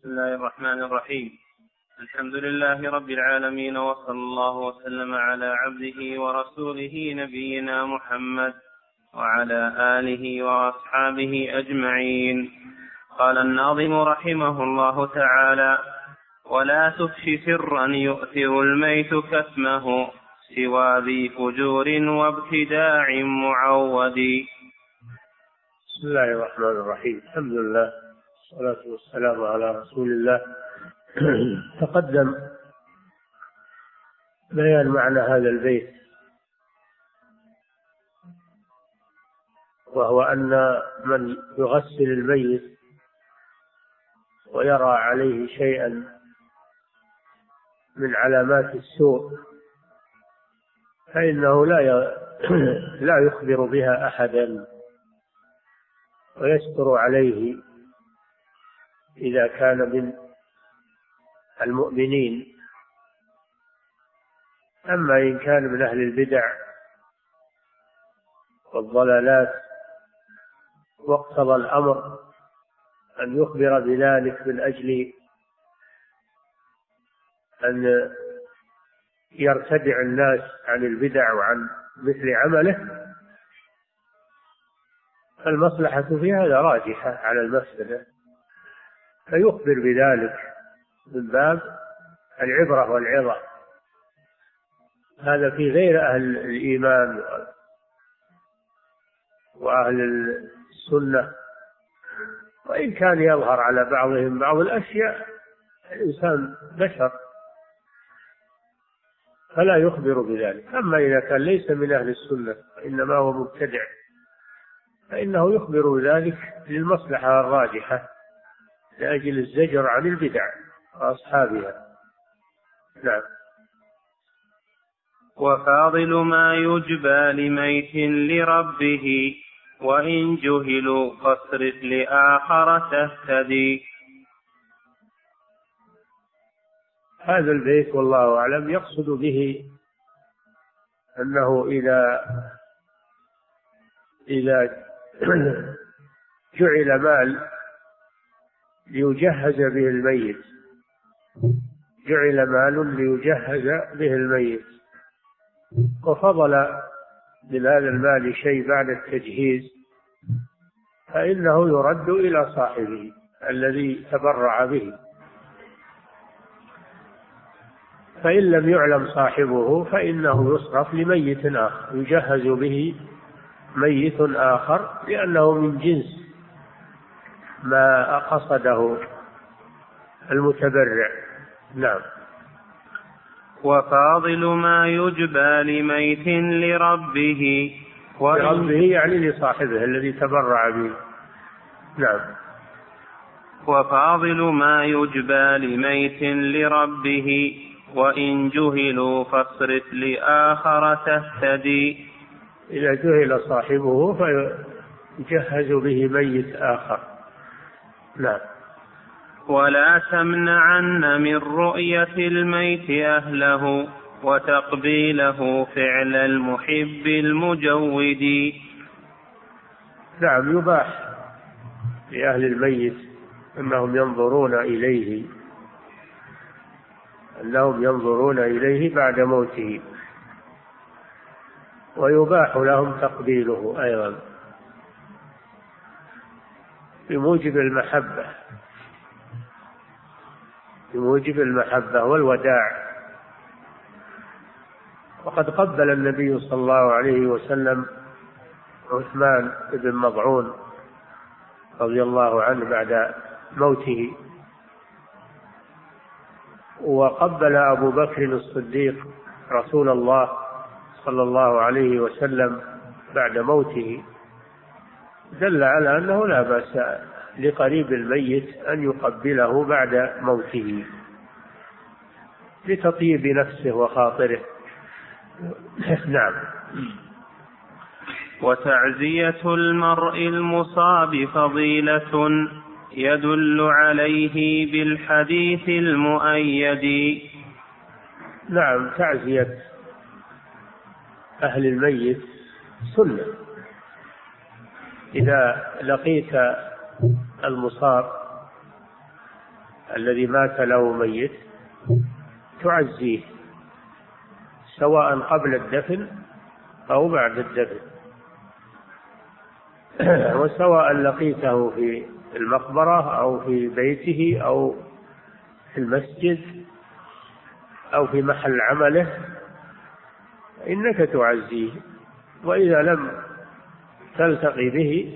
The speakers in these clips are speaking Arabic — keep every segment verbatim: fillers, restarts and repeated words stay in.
بسم الله الرحمن الرحيم. الحمد لله رب العالمين، وصلى الله وسلم على عبده ورسوله نبينا محمد وعلى آله وأصحابه أجمعين. قال الناظم رحمه الله تعالى: ولا تفش سرا يؤثر الميت كتمه سوى ذي فجور وابتداع معود. بسم الله الرحمن الرحيم. الحمد لله والصلاة والسلام على رسول الله. تقدم بيان معنى هذا البيت، وهو أن من يغسل الميت ويرى عليه شيئا من علامات السوء فإنه لا لا يخبر بها أحدا، ويستر عليه إذا كان من المؤمنين. أما إن كان من أهل البدع والضلالات واقتضى الأمر أن يخبر بذلك من أجل أن يرتدع الناس عن البدع وعن مثل عمله، المصلحة في هذا راجحة على المفسدة، فيخبر بذلك من باب العبرة والعظة. هذا في غير أهل الإيمان وأهل السنة، وإن كان يظهر على بعضهم بعض الأشياء، الإنسان بشر فلا يخبر بذلك. أما إذا كان ليس من أهل السنة إنما هو مبتدع فإنه يخبر بذلك للمصلحة الراجحة لأجل الزجر عن البدع وأصحابها. نعم. وفاضل ما يجبى لميت لربه وإن جهلوا فاصرف لآخر تهتدي. هذا البيت والله أعلم يقصد به أنه إذا إذا جعل مال ليجهز به الميت، جعل مال ليجهز به الميت وفضل من هذا المال شيء بعد التجهيز، فإنه يرد إلى صاحبه الذي تبرع به. فإن لم يعلم صاحبه فإنه يصرف لميت آخر يجهز به ميت آخر، لأنه من جنس ما قصده المتبرع. نعم. وفاضل ما يجبى لميت لربه لربه يعني لصاحبه الذي تبرع به. نعم. وفاضل ما يجبى لميت لربه وإن جهلوا فاصرف لآخر تهتدي. إذا جهل صاحبه فيجهز به ميت آخر. نعم. ولا تمنعن من رؤية الميت أهله وتقبيله فعل المحب المجود. نعم. يباح لأهل الميت أنهم ينظرون إليه أنهم ينظرون إليه بعد موته، ويباح لهم تقبيله أيضا بموجب المحبة بموجب المحبة والوداع. وقد قبل النبي صلى الله عليه وسلم عثمان بن مضعون رضي الله عنه بعد موته، وقبل أبو بكر الصديق رسول الله صلى الله عليه وسلم بعد موته، دل على أنه لا بأس لقريب الميت أن يقبله بعد موته لتطيب نفسه وخاطره. نعم. وتعزية المرء المصاب فضيلة يدل عليه بالحديث المؤيد. نعم. تعزية أهل الميت سنة. إذا لقيت المصاب الذي مات له ميت تعزيه سواء قبل الدفن أو بعد الدفن، وسواء لقيته في المقبرة أو في بيته أو في المسجد أو في محل عمله إنك تعزيه. وإذا لم تلتقي به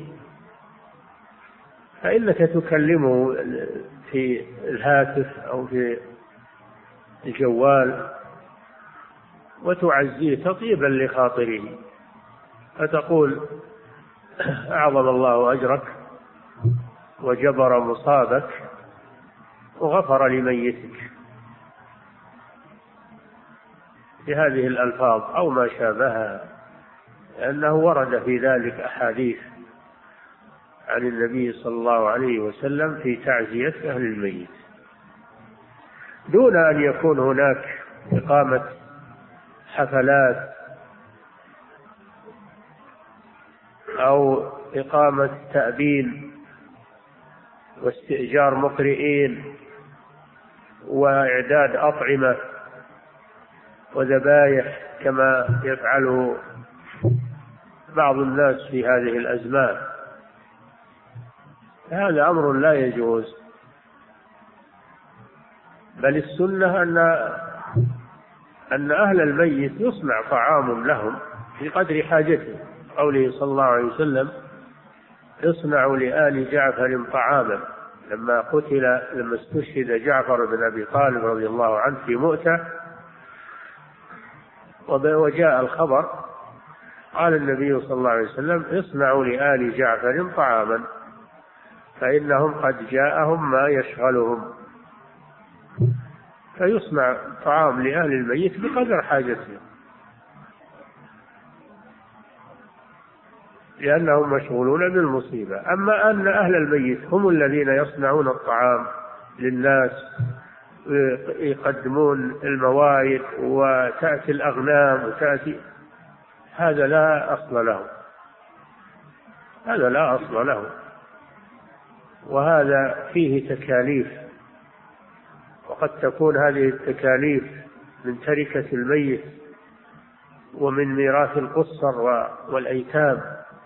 فإنك تكلمه في الهاتف أو في الجوال وتعزيه تطيبا لخاطره، فتقول أعظم الله أجرك وجبر مصابك وغفر لميتك بهذه الألفاظ أو ما شابهها، لأنه ورد في ذلك أحاديث عن النبي صلى الله عليه وسلم في تعزية أهل الميت، دون أن يكون هناك إقامة حفلات أو إقامة تأبين واستئجار مقرئين وإعداد أطعمة وذبائح كما يفعله بعض الناس في هذه الأزمان. هذا أمر لا يجوز، بل السنة أن أن أهل الميت يصنع طعام لهم بقدر حاجتهم، قوله صلى الله عليه وسلم اصنعوا لآل جعفر طعاما لما قتل لما استشهد جعفر بن أبي طالب رضي الله عنه في مؤتة وجاء الخبر قال النبي صلى الله عليه وسلم اصنعوا لآل جعفر طعاما فإنهم قد جاءهم ما يشغلهم، فيصنع طعام لأهل الميت بقدر حاجتهم لأنهم مشغولون بالمصيبة. أما أن أهل الميت هم الذين يصنعون الطعام للناس يقدمون الموائد وتأتي الأغنام وتأتي، هذا لا أصل له، هذا لا أصل له، وهذا فيه تكاليف، وقد تكون هذه التكاليف من تركة الميت ومن ميراث القصر والأيتام.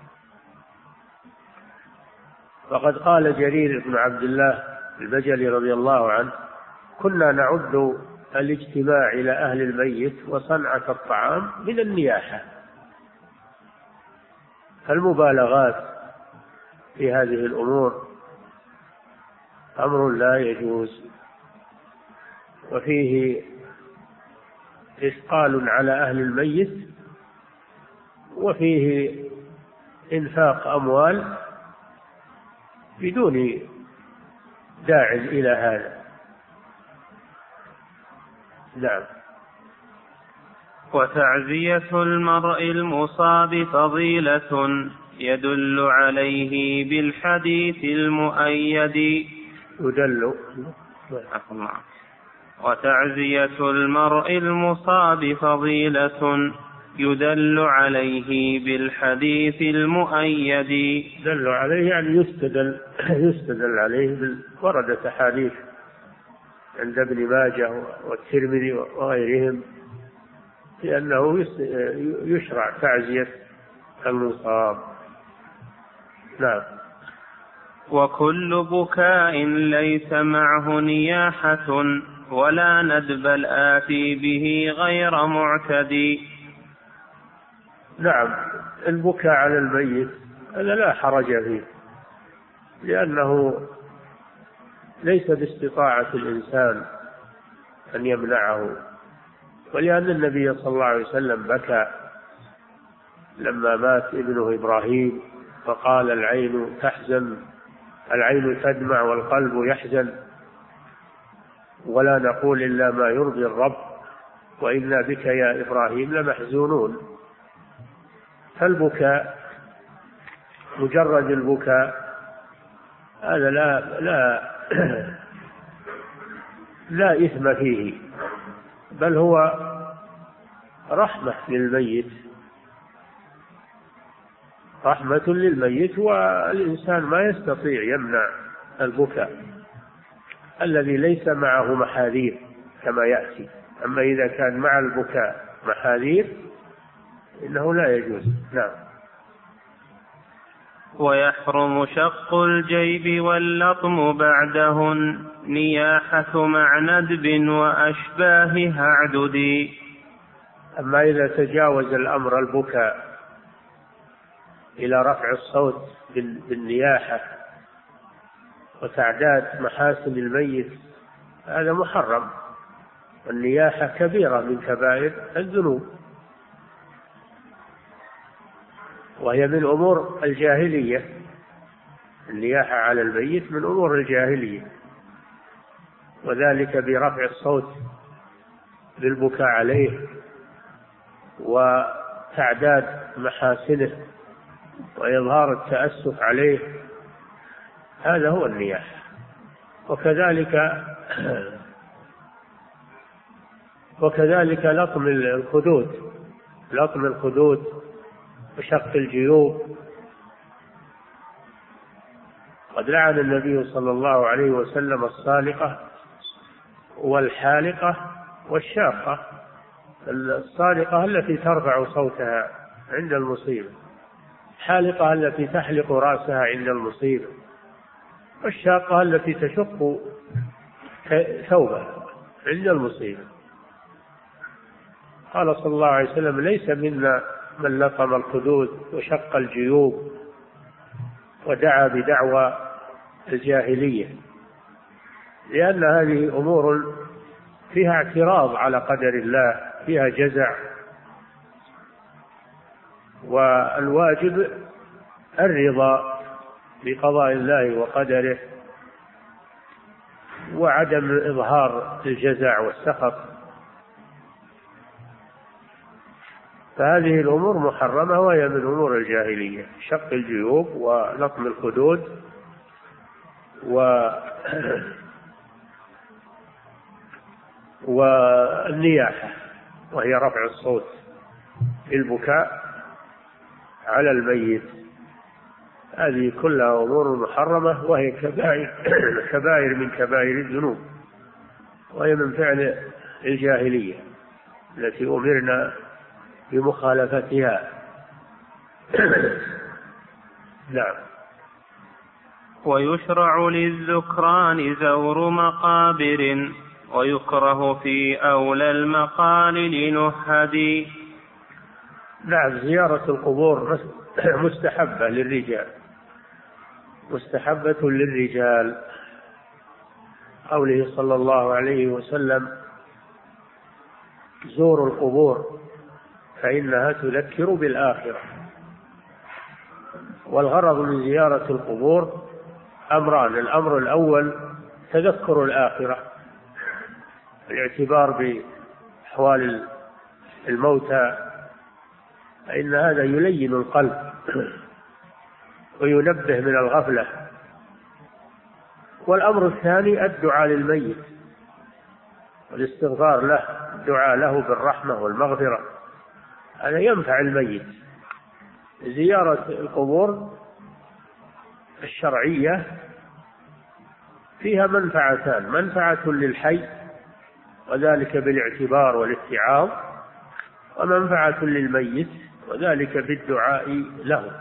وقد قال جرير بن عبد الله البجلي رضي الله عنه كنا نعد الاجتماع إلى أهل الميت وصنعة الطعام من النياحة، فالمبالغات في هذه الأمور أمر لا يجوز، وفيه إثقال على أهل الميت، وفيه إنفاق أموال بدون داع إلى هذا. نعم. وتعزية المرء المصاب فضيلة يدل عليه بالحديث المؤيد يدل وتعزية المرء المصاب فضيلة يدل عليه بالحديث المؤيد. دل عليه يعني يستدل يستدل عليه، وردت أحاديث عند ابن ماجه والترمذي وغيرهم لأنه يشرع تعزية المصاب. نعم. وكل بكاء ليس معه نياحة ولا ندب الآتي به غير معتدي. نعم، البكاء على الميت هذا لا حرج فيه، لأنه ليس باستطاعة الإنسان أن يمنعه، ولأن النبي صلى الله عليه وسلم بكى لما مات ابنه إبراهيم فقال العين تحزن العين تدمع والقلب يحزن ولا نقول إلا ما يرضي الرب وإنا بك يا إبراهيم لمحزونون. فالبكاء مجرد البكاء هذا لا لا لا إثم فيه، بل هو رحمة للميت، رحمة للميت، والإنسان ما يستطيع يمنع البكاء. الذي ليس معه محاذير كما يأتي. أما إذا كان مع البكاء محاذير إنه لا يجوز. نعم. ويحرم شق الجيب واللطم بعدهن نياحة مع ندب وأشباهها اعددي. أما إذا تجاوز الأمر البكاء إلى رفع الصوت بالنياحة وتعداد محاسن الميت هذا محرم، والنياحة كبيرة من كبائر الذنوب، وهي من أمور الجاهلية. النياحة على الميت من أمور الجاهلية، وذلك برفع الصوت بالبكاء عليه وتعداد محاسنه وإظهار التأسف عليه، هذا هو النياحة. وكذلك وكذلك لطم الخدود، لطم الخدود وشق الجيوب. قد لعن النبي صلى الله عليه وسلم الصالقة والحالقة والشاقة. الصالقة التي ترفع صوتها عند المصيبة، الحالقة التي تحلق رأسها عند المصيبة، والشاقة التي تشق ثوبها عند المصيبة. قال صلى الله عليه وسلم: ليس منا من لطم الخدود وشق الجيوب ودعا بدعوى الجاهلية، لأن هذه أمور فيها اعتراض على قدر الله، فيها جزع، والواجب الرضا بقضاء الله وقدره وعدم إظهار الجزع والسخط. فهذه الأمور محرمة وهي من أمور الجاهلية: شق الجيوب ولطم الخدود و والنياحة، وهي رفع الصوت بالبكاء على الميت. هذه كلها أمور محرمة وهي كبائر كبائر من كبائر الذنوب، وهي من فعل الجاهلية التي أمرنا بمخالفتها. نعم. ويشرع للذكران زور مقابر ويكره في أولى المقال لنهدي. نعم، زيارة القبور مستحبة للرجال، مستحبة للرجال. قوله صلى الله عليه وسلم: زوروا القبور فإنها تذكر بالآخرة. والغرض من زيارة القبور أمران: الأمر الأول تذكر الآخرة، الاعتبار بأحوال الموتى، فإن هذا يلين القلب وينبه من الغفلة. والأمر الثاني الدعاء للميت والاستغفار له، الدعاء له بالرحمة والمغفرة، هذا ينفع الميت. زيارة القبور الشرعية فيها منفعتان: منفعة للحي وذلك بالاعتبار والاتعاظ، ومنفعة للميت وذلك بالدعاء له.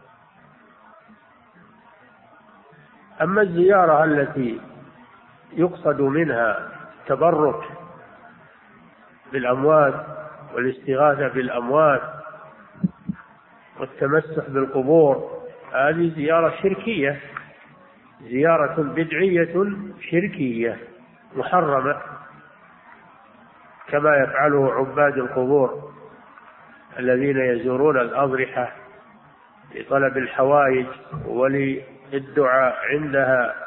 أما الزيارة التي يقصد منها التبرك بالأموات والاستغاثة بالأموات والتمسح بالقبور، هذه زيارة شركية، زيارة بدعية شركية محرمة، كما يفعله عباد القبور الذين يزورون الأضرحة لطلب الحوائج وللدعاء عندها.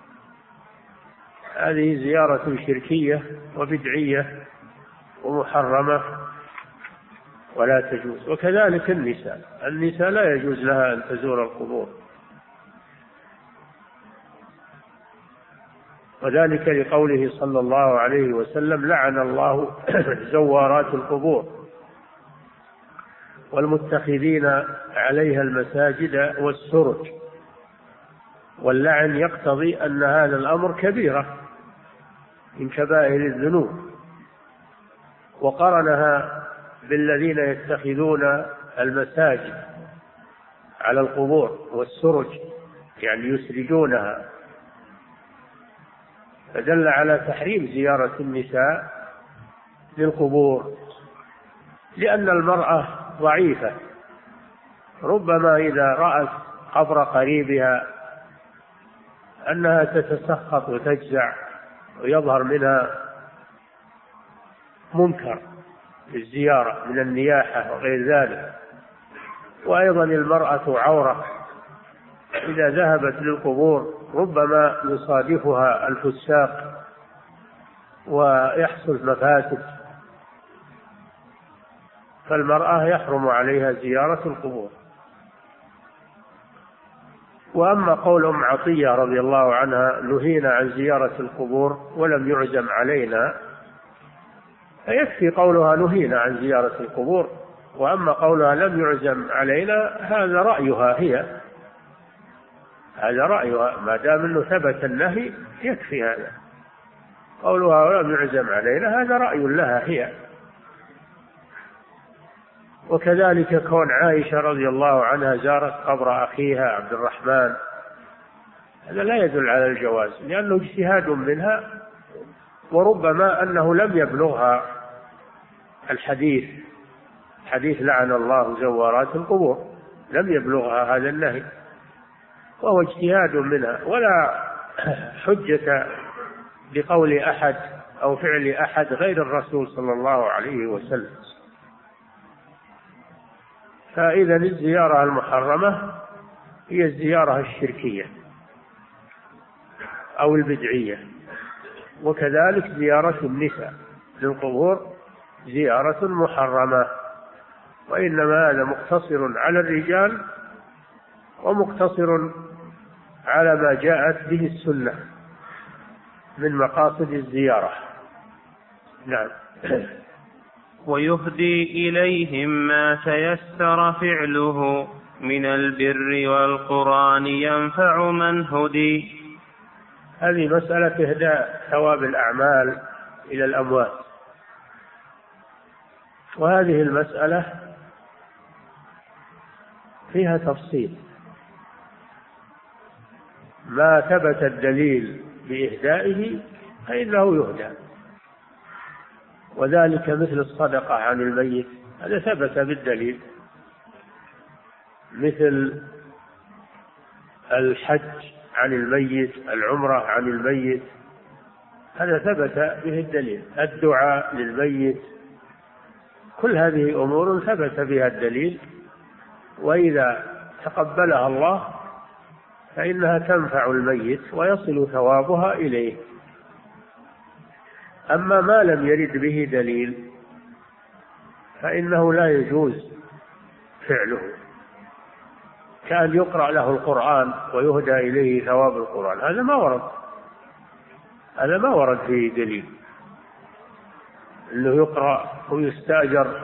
هذه زيارة شركية وبدعية ومحرمة ولا تجوز. وكذلك النساء، النساء لا يجوز لها أن تزور القبور، وذلك لقوله صلى الله عليه وسلم: لعن الله زوارات القبور والمتخذين عليها المساجد والسرج. واللعن يقتضي أن هذا الأمر كبيرة من كبائر الذنوب، وقرنها بالذين يتخذون المساجد على القبور والسرج، يعني يسرجونها، فدل على تحريم زيارة النساء للقبور، لأن المرأة ضعيفة، ربما إذا رأت قبر قريبها أنها تتسخط وتجزع ويظهر منها منكر الزيارة من النياحة وغير ذلك. وأيضا المرأة عورة، إذا ذهبت للقبور ربما يصادفها الفساق ويحصل مفاسد، فالمرأة يحرم عليها زيارة القبور. وأما قول أم عطية رضي الله عنها نهينا عن زيارة القبور ولم يعزم علينا، فيكفي قولها نهينا عن زيارة القبور، وأما قولها لم يعزم علينا هذا رأيها هي، هذا رأيها، ما دام أنه ثبت النهي يكفي هذا. قولها ولم يعزم علينا هذا رأي لها هي. وكذلك كون عائشة رضي الله عنها زارت قبر أخيها عبد الرحمن، هذا لا يدل على الجواز، لأنه اجتهاد منها، وربما أنه لم يبلغها الحديث، حديث لعن الله زوارات القبور، لم يبلغها هذا النهي، وهو اجتهاد منها، ولا حجة بقول أحد أو فعل أحد غير الرسول صلى الله عليه وسلم. فإذا الزيارة المحرمة هي الزيارة الشركية أو البدعية، وكذلك زيارة النساء للقبور زيارة محرمة، وإنما هذا مقتصر على الرجال ومقتصر على ما جاءت به السنة من مقاصد الزيارة. نعم. ويهدي إليهم ما تيسر فعله من البر والقرآن ينفع من هدي. هذه مسألة إهداء ثواب الأعمال إلى الأموات، وهذه المسألة فيها تفصيل. ما ثبت الدليل بإهدائه فإنه يهدى، وذلك مثل الصدقة عن الميت، هذا ثبت بالدليل، مثل الحج عن الميت، العمرة عن الميت، هذا ثبت به الدليل، الدعاء للميت، كل هذه أمور ثبت بها الدليل، وإذا تقبلها الله فإنها تنفع الميت ويصل ثوابها إليه. أما ما لم يرد به دليل فإنه لا يجوز فعله، كأن يقرأ له القرآن ويهدى إليه ثواب القرآن، هذا ما ورد، هذا ما ورد فيه دليل أنه يقرأ ويستأجر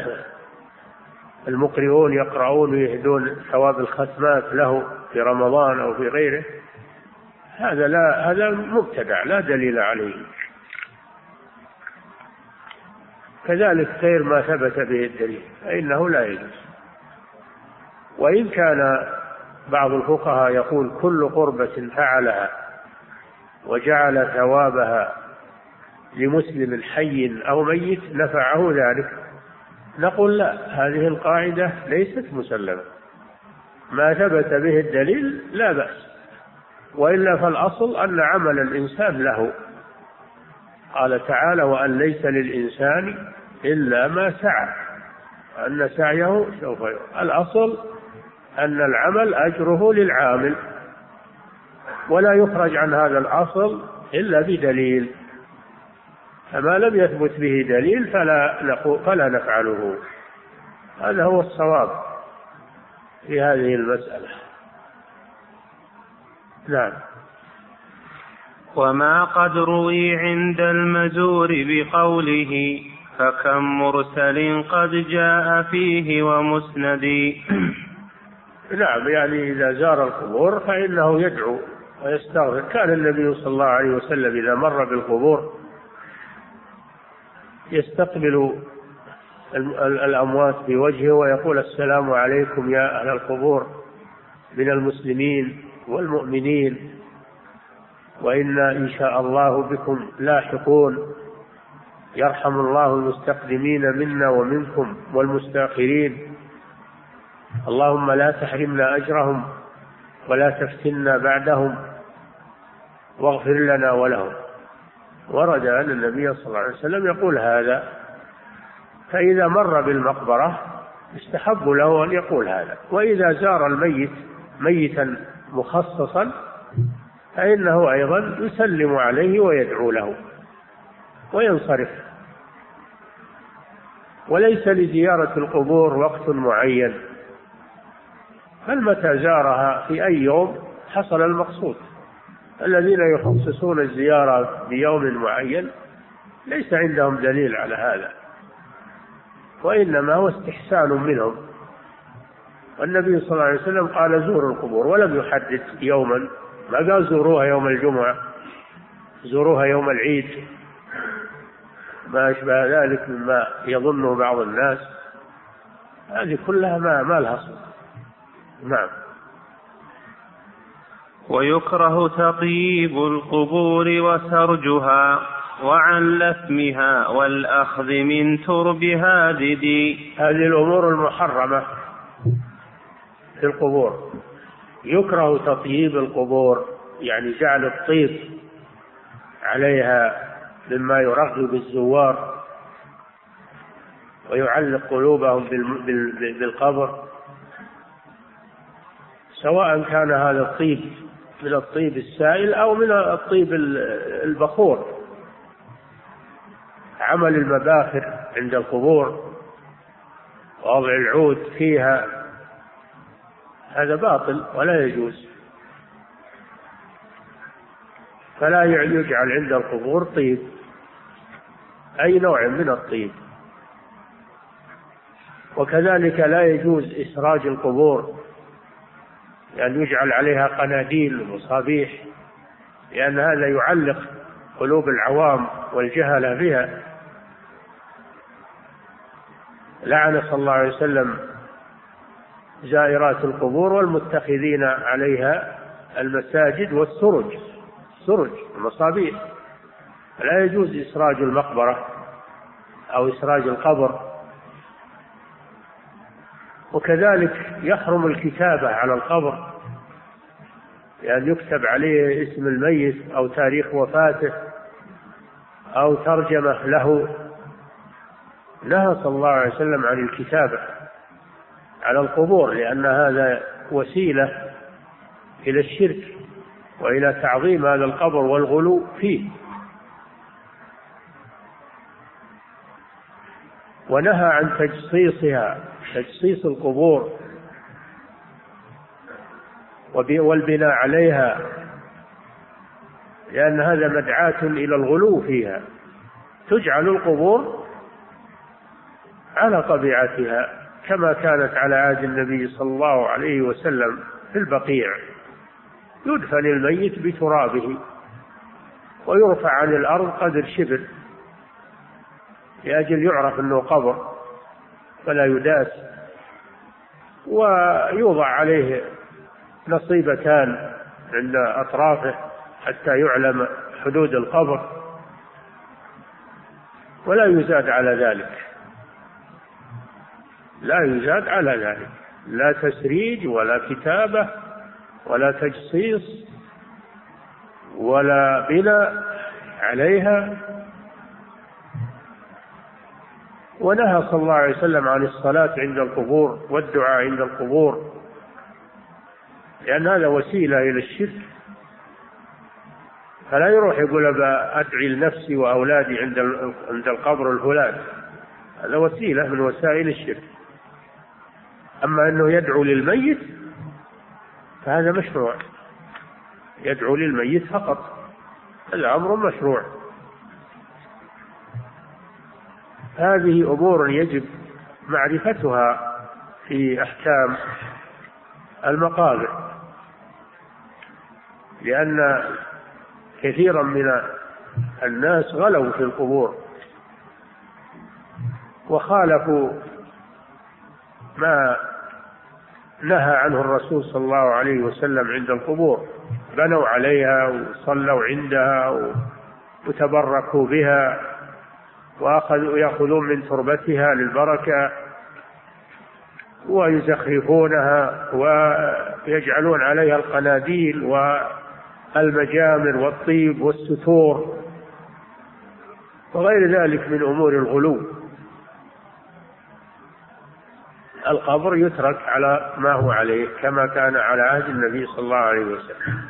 المقرئون يقرؤون ويهدون ثواب الختمات له في رمضان أو في غيره، هذا لا، هذا مبتدع لا دليل عليه. كذلك غير ما ثبت به الدليل فإنه لا يجوز. وإن كان بعض الفقهاء يقول كل قربة فعلها وجعل ثوابها لمسلم حي أو ميت نفعه ذلك، نقول لا، هذه القاعدة ليست مسلمة، ما ثبت به الدليل لا بأس، وإلا فالأصل أن عمل الإنسان له، قال تعالى وأن ليس للإنسان إلا ما سعى، أن سعيه سوف يرى، الأصل أن العمل أجره للعامل، ولا يخرج عن هذا الأصل إلا بدليل، فما لم يثبت به دليل فلا نقول فلا نفعله. هذا هو الصواب في هذه المسألة. نعم. وما قد روي عند المزور بقوله فكم مرسل قد جاء فيه ومسند. نعم، يعني إذا زار القبور فإنه يدعو ويستغفر. كان النبي صلى الله عليه وسلم إذا مر بالقبور يستقبل الأموات بوجهه ويقول: السلام عليكم يا أهل القبور من المسلمين والمؤمنين، وإنا إن شاء الله بكم لاحقون، يرحم الله المستقدمين منا ومنكم والمستأخرين، اللهم لا تحرمنا أجرهم ولا تفتنا بعدهم واغفر لنا ولهم. ورد أن النبي صلى الله عليه وسلم يقول هذا، فإذا مر بالمقبرة يستحب له أن يقول هذا. وإذا زار الميت ميتا مخصصا فإنه أيضا يسلم عليه ويدعو له وينصرف. وليس لزيارة القبور وقت معين، بل متى زارها في أي يوم حصل المقصود. الذين يخصصون الزيارة بيوم معين ليس عندهم دليل على هذا، وإنما هو استحسان منهم. والنبي صلى الله عليه وسلم قال: زوروا القبور، ولم يحدد يوما، ما قال زوروها يوم الجمعة، زوروها يوم العيد، ما أشبه ذلك مما يظنه بعض الناس. هذه كلها ما, ما لها صدق. نعم. ويكره تطيب القبور وسرجها وعن لثمها والأخذ من تربها ددي. هذه الأمور المحرمة في القبور. يكره تطيب القبور، يعني جعل الطيب عليها مما يرغب الزوار ويعلق قلوبهم بالقبر، سواء كان هذا الطيب من الطيب السائل أو من الطيب البخور. عمل المباخر عند القبور ووضع العود فيها هذا باطل ولا يجوز. فلا يجعل عند القبور طيب، أي نوع من الطيب. وكذلك لا يجوز إسراج القبور، يعني يجعل عليها قناديل ومصابيح، لأن هذا يعلق قلوب العوام والجهلة بها. لعن صلى الله عليه وسلم زائرات القبور والمتخذين عليها المساجد والسرج، السرج المصابيح. لا يجوز إسراج المقبرة أو إسراج القبر. وكذلك يحرم الكتابة على القبر، يعني يكتب عليه اسم الميت أو تاريخ وفاته أو ترجمة له. نهى صلى الله عليه وسلم عن الكتابة على القبور، لأن هذا وسيلة إلى الشرك وإلى تعظيم هذا القبر والغلو فيه. ونهى عن تجصيصها، تجصيص القبور والبناء عليها، لأن هذا مدعاة إلى الغلو فيها. تجعل القبور على طبيعتها كما كانت على عهد النبي صلى الله عليه وسلم في البقيع، يدفن الميت بترابه ويرفع عن الأرض قدر شبر لأجل يعرف أنه قبر فلا يداس، ويوضع عليه نصيبتان عند أطرافه حتى يعلم حدود القبر، ولا يزاد على ذلك، لا يزاد على ذلك، لا تسريج ولا كتابة ولا تجصيص ولا بناء عليها. ونهى صلى الله عليه وسلم عن الصلاة عند القبور والدعاء عند القبور، لأن هذا وسيلة إلى الشرك. فلا يروح يقول أدعي لنفسي وأولادي عند عند القبر الفلان، هذا وسيلة من وسائل الشرك. أما أنه يدعو للميت فهذا مشروع، يدعو للميت فقط، هذا أمر مشروع. هذه أمور يجب معرفتها في أحكام المقابر. لأن كثيرا من الناس غلوا في القبور وخالفوا ما نهى عنه الرسول صلى الله عليه وسلم عند القبور، بنوا عليها وصلوا عندها وتبركوا بها وأخذوا يأخذون من تربتها للبركة ويزخرفونها ويجعلون عليها القناديل والمجامر والطيب والستور وغير ذلك من أمور الغلو. القبر يترك على ما هو عليه كما كان على عهد النبي صلى الله عليه وسلم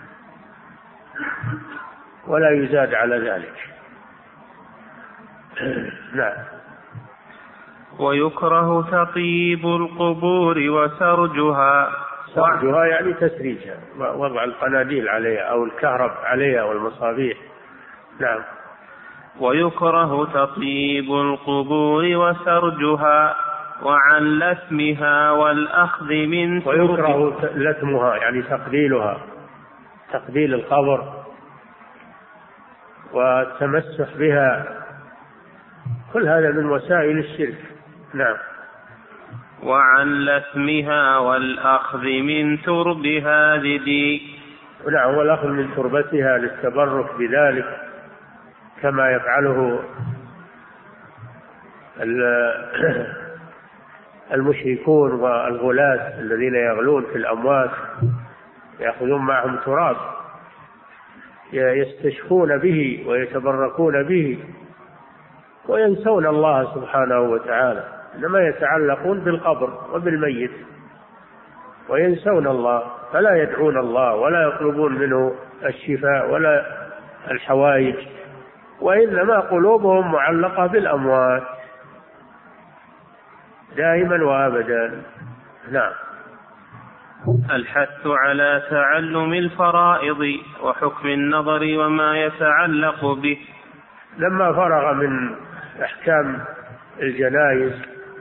ولا يزاد على ذلك. نعم. ويكره تطيب القبور وسرجها. سرجها يعني تسريجها، وضع القناديل عليها أو الكهرب عليها والمصابيح. نعم. ويكره تطيب القبور وسرجها وعن لثمها والأخذ من ويكره لثمها يعني تقبيلها، تقبيل القبر والتمسح بها، كل هذا من وسائل الشرك. نعم. وعن لثمها والأخذ من تربها ذدي. نعم، والأخذ من تربتها للتبرك بذلك كما يفعله المشركون والغلاة الذين يغلون في الأموات، يأخذون معهم تراب يستشفون به ويتبركون به وينسون الله سبحانه وتعالى، إنما يتعلقون بالقبر وبالميت وينسون الله، فلا يدعون الله ولا يطلبون منه الشفاء ولا الحوائج، وإنما قلوبهم معلقة بالأموات دائما وابدا. نعم. الحث على تعلم الفرائض وحكم النظر وما يتعلق به. لما فرغ من أحكام الجنائز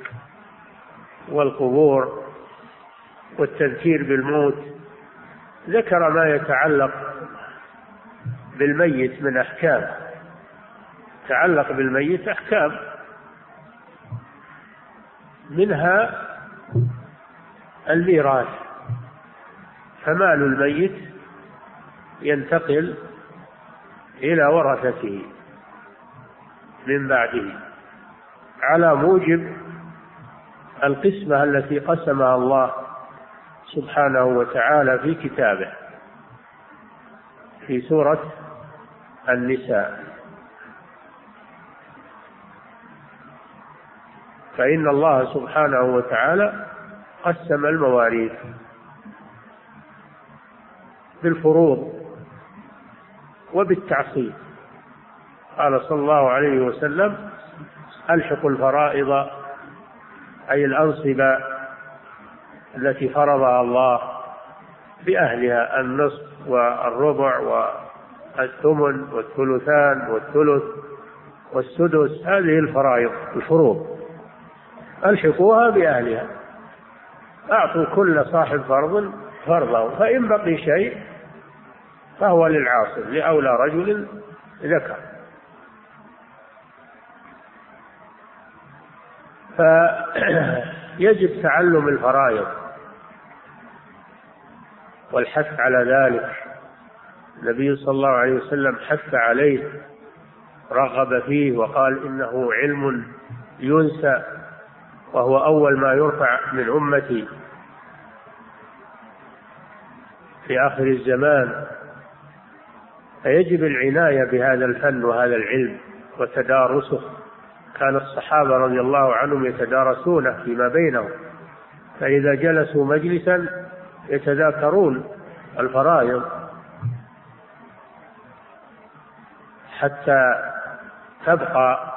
والقبور والتذكير بالموت ذكر ما يتعلق بالميت من أحكام. يتعلق بالميت أحكام، منها الميراث، فمال الميت ينتقل إلى ورثته من بعده على موجب القسمة التي قسمها الله سبحانه وتعالى في كتابه في سورة النساء. فإن الله سبحانه وتعالى قسم المواريث بالفروض وبالتعصيب. قال صلى الله عليه وسلم: ألحقوا الفرائض، أي الأنصبة التي فرضها الله بأهلها، النصف والربع والثمن والثلثان والثلث والسدس، هذه الفرائض الفروض، ألحقوها بأهلها، أعطوا كل صاحب فرض فرضه، فإن بقي شيء فهو للعاصر لأولى رجل ذكر. فيجب تعلم الفرائض والحث على ذلك. النبي صلى الله عليه وسلم حث عليه، رغب فيه وقال: إنه علم ينسى وهو أول ما يرفع من أمتي في آخر الزمان. فيجب العناية بهذا الفن وهذا العلم وتدارسه. كان الصحابة رضي الله عنهم يتدارسونه فيما بينهم، فإذا جلسوا مجلسا يتذاكرون الفرائض حتى تبقى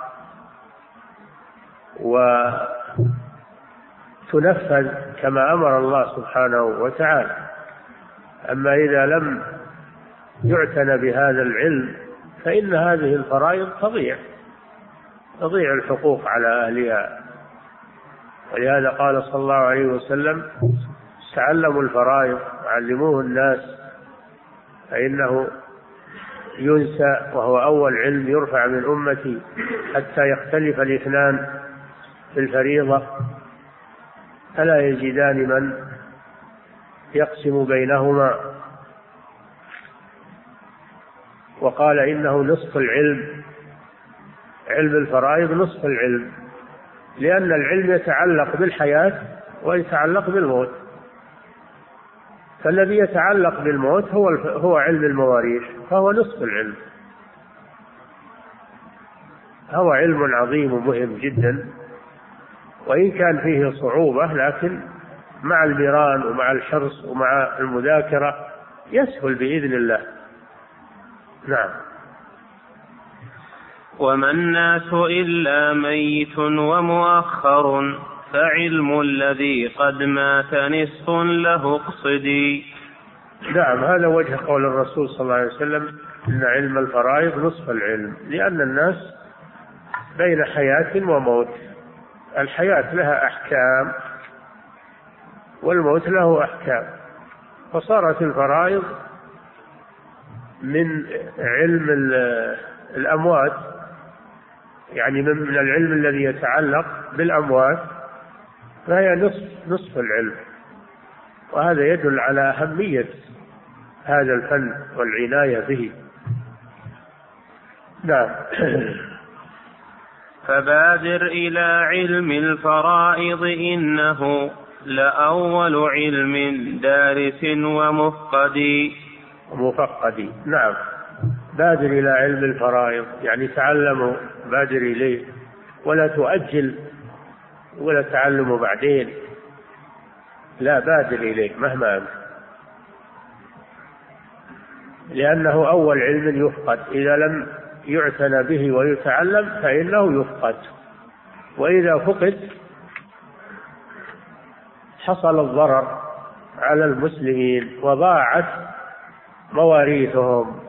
وتنفذ كما أمر الله سبحانه وتعالى. أما إذا لم يعتنى بهذا العلم فإن هذه الفرائض تضيع تضيع الحقوق على أهلها. ولهذا قال صلى الله عليه وسلم: تعلموا الفرائض وعلموه الناس. فإنه ينسى، وهو أول علم يرفع من أمتي حتى يختلف الاثنان في الفريضة فلا يجدان من يقسم بينهما. وقال إنه نصف العلم، علم الفرائض نصف العلم، لأن العلم يتعلق بالحياة ويتعلق بالموت، فالذي يتعلق بالموت هو هو علم المواريث، فهو نصف العلم. هو علم عظيم ومهم جدا، وإن كان فيه صعوبة لكن مع المران ومع الحرص ومع المذاكرة يسهل بإذن الله. نعم. وما الناس إلا ميت ومؤخر، فعلم الذي قد مات نصف له اقصدي. نعم، هذا وجه قول الرسول صلى الله عليه وسلم إن علم الفرائض نصف العلم، لأن الناس بين حياة وموت، الحياة لها أحكام والموت له أحكام، فصارت الفرائض من علم الأموات، يعني من العلم الذي يتعلق بالأموات، فهي نصف نصف العلم. وهذا يدل على أهمية هذا الفن والعناية به. نعم. فبادر إلى علم الفرائض إنه لأول علم دارس ومفقد. مفقد. نعم، بادر إلى علم الفرائض يعني تعلموا، بادر إليه ولا تؤجل ولا تعلموا بعدين، لا، بادر إليه مهما أنت، لأنه أول علم يفقد، إذا لم يعتنى به ويتعلم فإنه يفقد، وإذا فقد حصل الضرر على المسلمين وضاعت مواريثهم.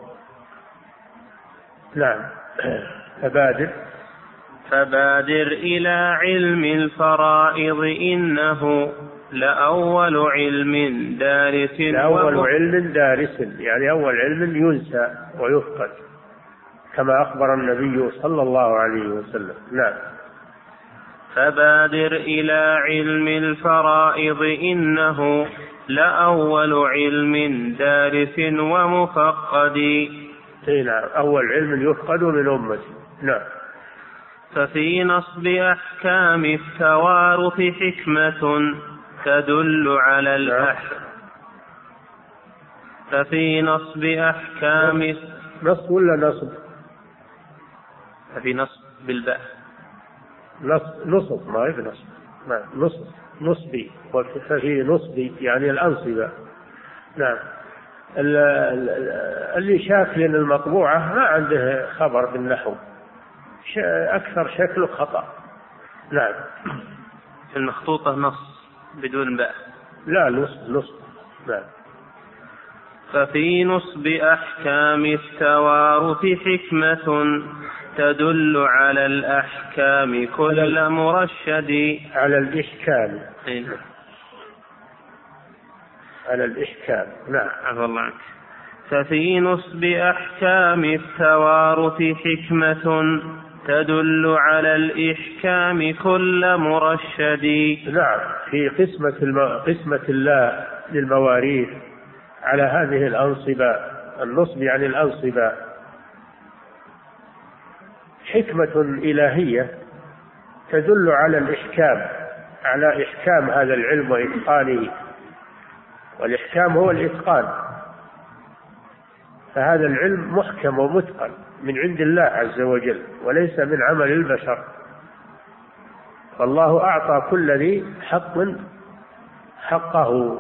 نعم. فبادر فبادر إلى علم الفرائض إنه لأول علم دارس. لأول علم دارس يعني أول علم ينسى ويفقد، كما أخبر النبي صلى الله عليه وسلم. نعم. فبادر إلى علم الفرائض إنه لأول علم دارس ومفقد. نعم، أول علم يفقد من أمتي. نعم. ففي نصب أحكام التوارث حكمة تدل على الأحكام. ففي نصب أحكام نصب ولا نصب؟ ففي نصب بالباء. نصب نصب ما هي بنصب. نعم، نصب نصبي، ففي نصبي يعني الأنصبة. نعم. اللي شاف لأن المطبوعة ما عنده خبر بالنحو، أكثر شكله خطأ. نعم. المخطوطة نص بدون باء. لا، نصب نصب. نعم. ففي نصب أحكام التوارث حكمة تدل على الأحكام كل مرشد. على الإحكام. إيه؟ على الإحكام. نعم. عفى الله عنك. ففي نصب أحكام التوارث حكمة تدل على الإحكام كل مرشد. نعم، في قسمة الم... قسمة الله للمواريث على هذه الأنصبة، النصب يعني الأنصبة، حكمة إلهية تدل على الإحكام، على إحكام هذا العلم وإتقانه، والإحكام هو الإتقان، فهذا العلم محكم ومتقن من عند الله عز وجل وليس من عمل البشر، فالله أعطى كل ذي حق حقه.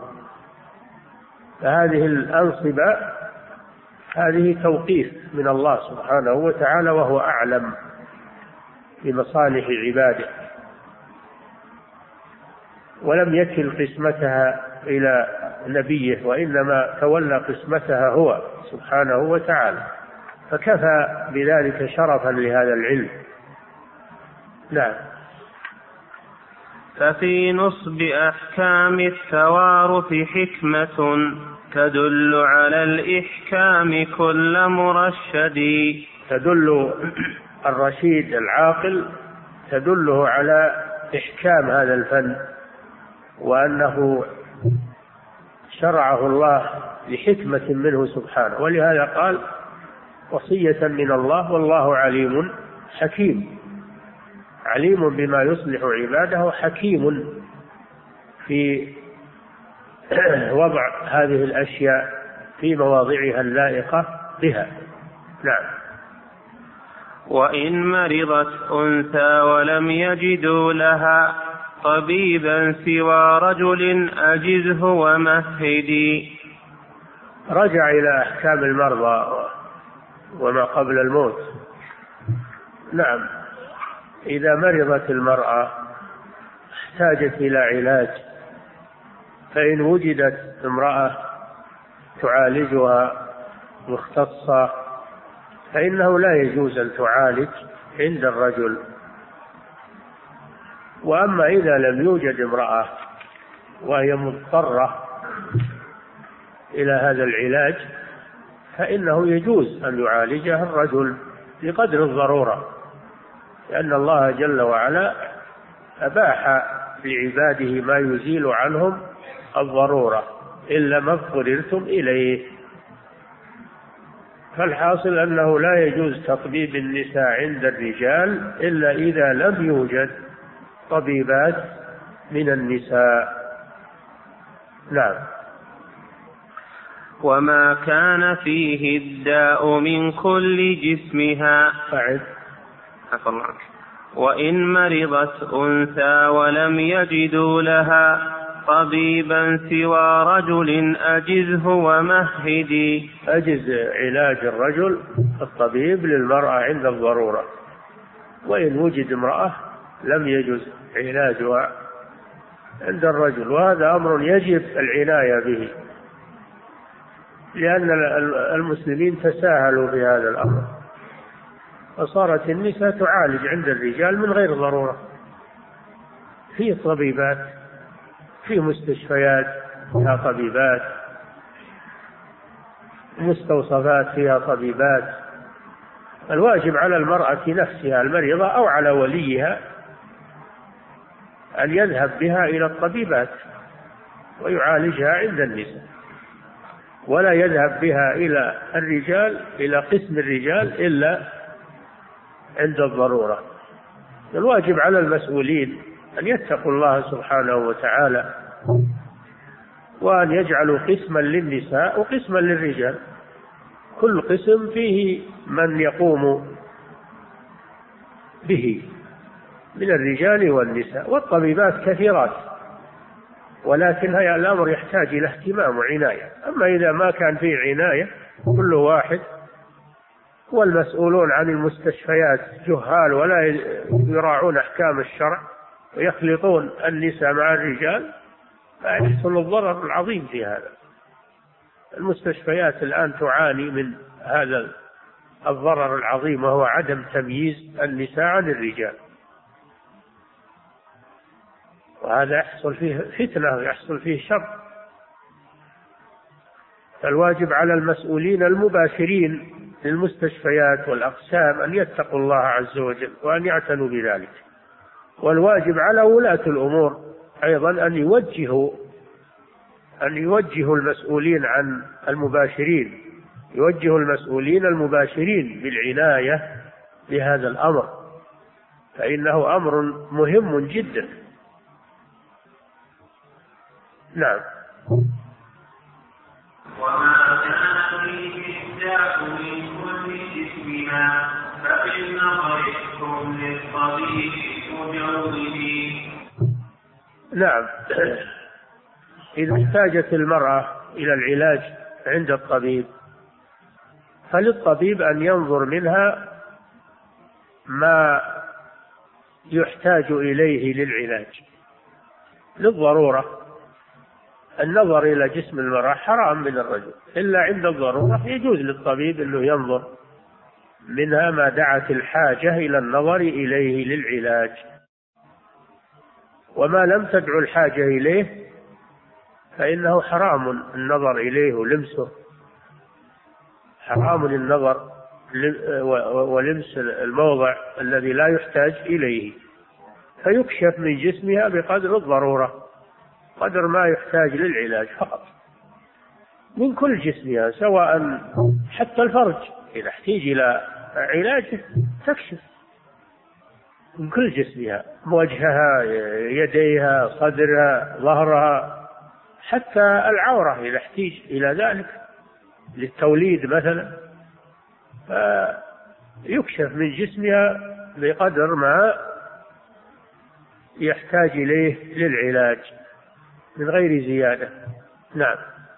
فهذه الأنصبة هذه توقيف من الله سبحانه وتعالى، وهو أعلم بمصالح عباده، ولم يكل قسمتها إلى نبيه، وإنما تولى قسمتها هو سبحانه وتعالى، فكفى بذلك شرفا لهذا العلم. نعم. ففي نصب أحكام التوارث حكمة تدل على الإحكام كل مرشد. تدل الرشيد العاقل تدله على إحكام هذا الفن، وأنه شرعه الله لحكمة منه سبحانه، ولهذا قال وصية من الله والله عليم حكيم، عليم بما يصلح عباده، حكيم في وضع هذه الأشياء في مواضعها اللائقة بها. نعم. وإن مرضت أنثى ولم يجدوا لها طبيبا سوى رجل أجزه ومهدي. رجع إلى أحكام المرضى وما قبل الموت. نعم، إذا مرضت المرأة احتاجت إلى علاج، فإن وجدت امرأة تعالجها مختصة فإنه لا يجوز أن تعالج عند الرجل. وأما إذا لم يوجد امرأة وهي مضطرة إلى هذا العلاج فإنه يجوز أن يعالجها الرجل بقدر الضرورة، لأن الله جل وعلا أباح لعباده ما يزيل عنهم الضرورة إلا ما اضطررتم إليه. فالحاصل أنه لا يجوز تطبيب النساء عند الرجال إلا إذا لم يوجد طبيبات من النساء. نعم. وما كان فيه الداء من كل جسمها. فعد. وإن مرضت أنثى ولم يجدوا لها طبيبا سوى رجل أجزه ومهدي. أجز علاج الرجل الطبيب للمرأة عند الضرورة، وإن وجد امرأة لم يجز علاجها عند الرجل، وهذا أمر يجب العناية به، لأن المسلمين تساهلوا في هذا الأمر، فصارت النساء تعالج عند الرجال من غير ضرورة. في طبيبات، في مستشفيات فيها طبيبات، مستوصفات فيها طبيبات. الواجب على المرأة نفسها المريضة أو على وليها أن يذهب بها إلى الطبيبات ويعالجها عند النساء، ولا يذهب بها إلى الرجال إلى قسم الرجال إلا عند الضرورة. الواجب على المسؤولين أن يتقوا الله سبحانه وتعالى، وأن يجعلوا قسما للنساء وقسما للرجال، كل قسم فيه من يقوم به من الرجال والنساء، والطبيبات كثيرات، ولكن هذا الأمر يحتاج إلى اهتمام وعناية. أما إذا ما كان فيه عناية كل واحد، والمسؤولون عن المستشفيات جهال ولا يراعون أحكام الشرع ويخلطون النساء مع الرجال، فيحصل الضرر العظيم في هذا. المستشفيات الآن تعاني من هذا الضرر العظيم، وهو عدم تمييز النساء عن الرجال، وهذا يحصل فيه فتنة ويحصل فيه شر. فالواجب على المسؤولين المباشرين للمستشفيات والأقسام أن يتقوا الله عز وجل وأن يعتنوا بذلك. والواجب على ولاة الأمور أيضا أن يوجهوا أن يوجهوا المسؤولين عن المباشرين يوجهوا المسؤولين المباشرين بالعناية بهذا الأمر، فإنه أمر مهم جدا. نعم. وما كان فيه الداء من كل جسمها فإن ضربتم للطبيب مجوده. نعم، إذا احتاجت المرأة إلى العلاج عند الطبيب فللطبيب أن ينظر منها ما يحتاج إليه للعلاج للضرورة. النظر إلى جسم المرأة حرام من الرجل، إلا عند الضرورة يجوز للطبيب أنه ينظر منها ما دعت الحاجة إلى النظر إليه للعلاج. وما لم تدع الحاجة إليه فإنه حرام النظر إليه ولمسه، حرام النظر ولمس الموضع الذي لا يحتاج إليه، فيكشف من جسمها بقدر الضرورة، قدر ما يحتاج للعلاج فقط من كل جسمها، سواء حتى الفرج إذا احتاج إلى علاج تكشف من كل جسمها، وجهها، يديها، صدرها، ظهرها، حتى العورة إذا احتاج إلى ذلك للتوليد مثلا، فيكشف من جسمها بقدر ما يحتاج إليه للعلاج من غير زيادة. نعم.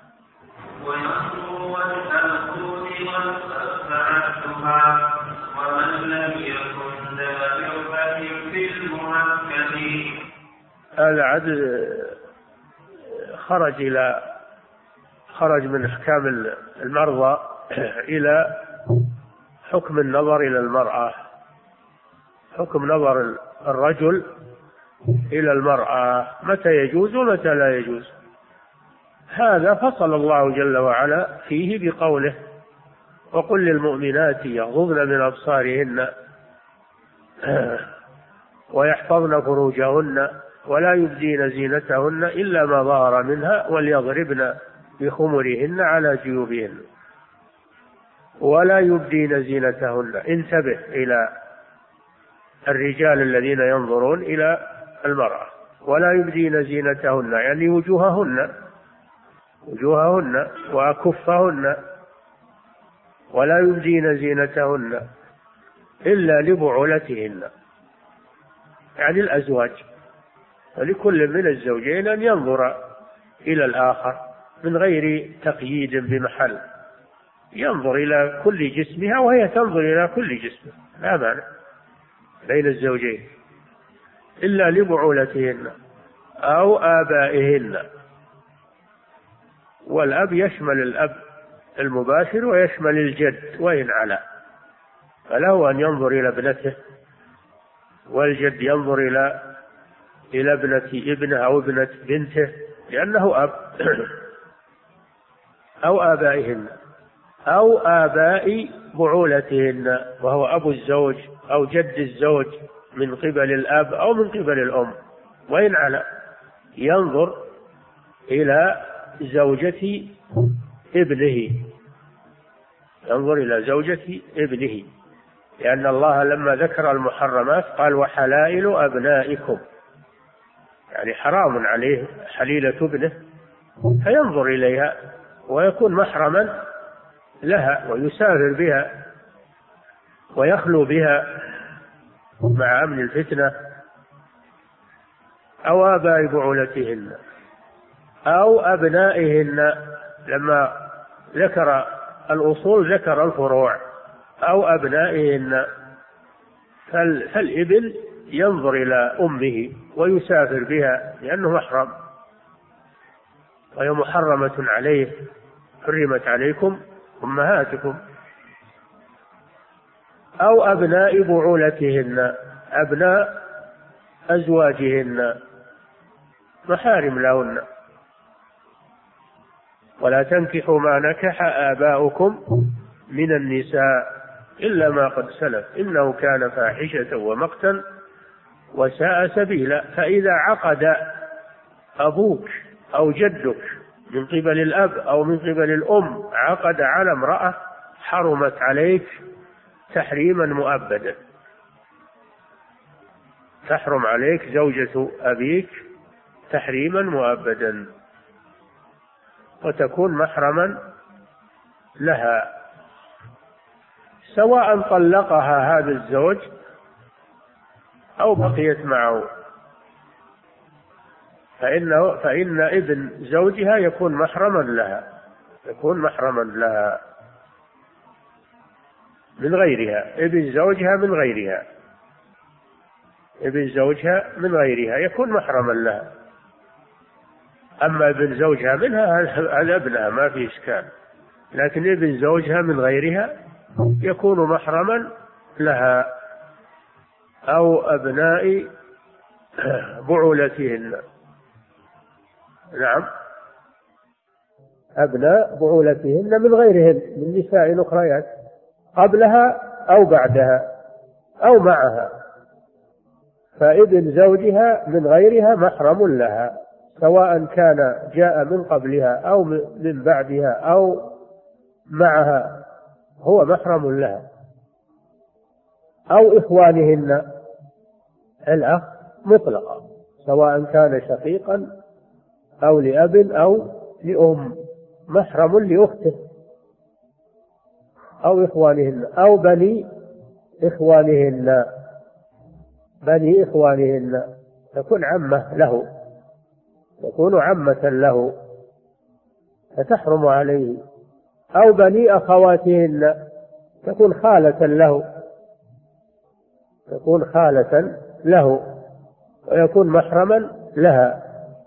ومن لم يكن ذا عرفة في المؤكد. هذا عد خرج إلى خرج من أحكام المرضى إلى حكم النظر إلى المرأة، حكم نظر الرجل إلى المرأة متى يجوز ومتى لا يجوز. هذا فصل الله جل وعلا فيه بقوله: وقل للمؤمنات يغضضن من أبصارهن ويحفظن فروجهن ولا يبدين زينتهن إلا ما ظهر منها وليضربن بخمرهن على جيوبهن ولا يبدين زينتهن. انتبه إلى الرجال الذين ينظرون إلى المرأة، ولا يبدين زينتهن يعني وجوههن وجوههن وأكفهن، ولا يبدين زينتهن إلا لبعولتهن يعني الأزواج، ولكل من الزوجين أن ينظر إلى الآخر من غير تقييد بمحل، ينظر إلى كل جسمها وهي تنظر إلى كل جسمه، لا مانع بين الزوجين، إلا لبعولتهن أو آبائهن. والأب يشمل الأب المباشر ويشمل الجد وإن علا، فله أن ينظر إلى ابنته، والجد ينظر إلى إلى ابنة ابنه أو ابنة بنته لأنه أب أو آبائهن أو آباء بعولتهن وهو أبو الزوج أو جد الزوج من قبل الأب أو من قبل الأم، وإن علا ينظر إلى زوجة ابنه، ينظر إلى زوجة ابنه، لأن الله لما ذكر المحرمات قال: وحلائل أبنائكم، يعني حرام عليه حليلة ابنه، فينظر إليها ويكون محرما لها ويسافر بها ويخلو بها مع أمن الفتنة. أو آباء بعولتهن أو أبنائهن، لما ذكر الأصول ذكر الفروع، أو أبنائهن، فالابن ينظر إلى أمه ويسافر بها لأنه محرم وهي محرمة عليه، حرمت عليكم أمهاتكم. أو أبناء بعولتهن، أبناء أزواجهن محارم لهن. ولا تنكحوا ما نكح آباؤكم من النساء إلا ما قد سلف إنه كان فاحشة ومقتا وساء سبيلا. فإذا عقد أبوك أو جدك من قبل الأب أو من قبل الأم عقد على امرأة حرمت عليك تحريما مؤبدا، تحرم عليك زوجة أبيك تحريما مؤبدا وتكون محرما لها، سواء طلقها هذا الزوج أو بقيت معه، فإنه فإن ابن زوجها يكون محرما لها، يكون محرما لها من غيرها. ابن زوجها من غيرها، ابن زوجها من غيرها يكون محرما لها. أما ابن زوجها منها هذا ابنها ما في إشكال، لكن ابن زوجها من غيرها يكون محرما لها. أو أبناء بعولتهن. نعم. أبناء بعولتهن من غيرهن من نساء أخريات قبلها أو بعدها أو معها، فابن زوجها من غيرها محرم لها، سواء كان جاء من قبلها أو من بعدها أو معها، هو محرم لها. أو إخوانهن، الأخ مطلقا سواء كان شقيقا أو لأب أو لأم، محرم لأخته. أو إخوانهن أو بني إخوانهن، بني إخوانهن تكون عمة له، تكون عمة له فتحرم عليه. أو بني أخواتهن تكون خالة له، تكون خالة له ويكون محرما لها.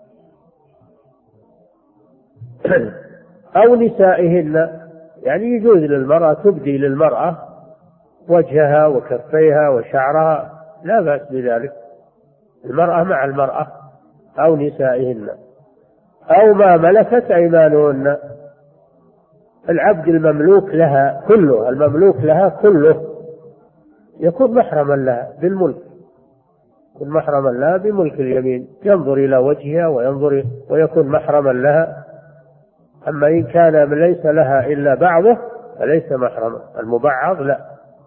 أو نسائهن، يعني يجوز للمرأة تبدي للمرأة وجهها وكفيها وشعرها، لا بأس بذلك، المرأة مع المرأة. أو نسائهن. أو ما ملكت أيمانهن، العبد المملوك لها كله، المملوك لها كله يكون محرما لها بالملك، يكون محرما لها بملك اليمين، ينظر إلى وجهها وينظر ويكون محرما لها. أما إن كان ليس لها إلا بعضه فليس محرما، المبعض لا.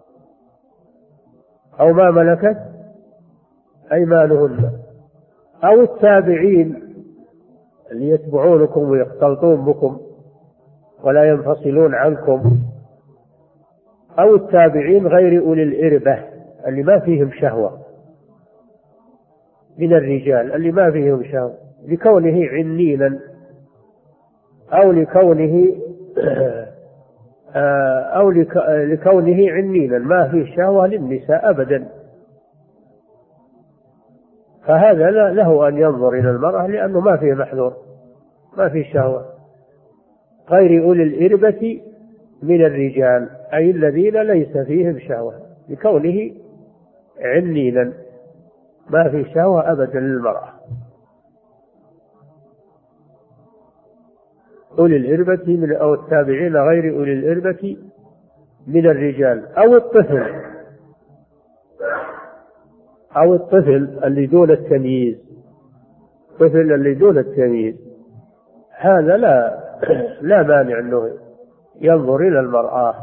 أو ما ملكت أيمانهن. أو التابعين اللي يتبعونكم ويختلطون بكم ولا ينفصلون عنكم. أو التابعين غير أولي الإربة اللي ما فيهم شهوة من الرجال، اللي ما فيهم شهوة لكونه عنينا أو لكونه أو لكونه عنينا ما فيه شهوة للنساء أبدا، فهذا له أن ينظر إلى المرأة لأنه ما فيه محذور، ما فيه شهوة. غير أولي الإربة من الرجال أي الذين ليس فيهم شهوة لكونه عنينا ما فيه شهوة أبدا للمرأة. أولي الإربة من أو التابعين غير أولي الإربة من الرجال. أو الطفل، أو الطفل اللي دون التمييز، الطفل اللي دون التمييز هذا لا لا مانع أنه ينظر إلى المرأة.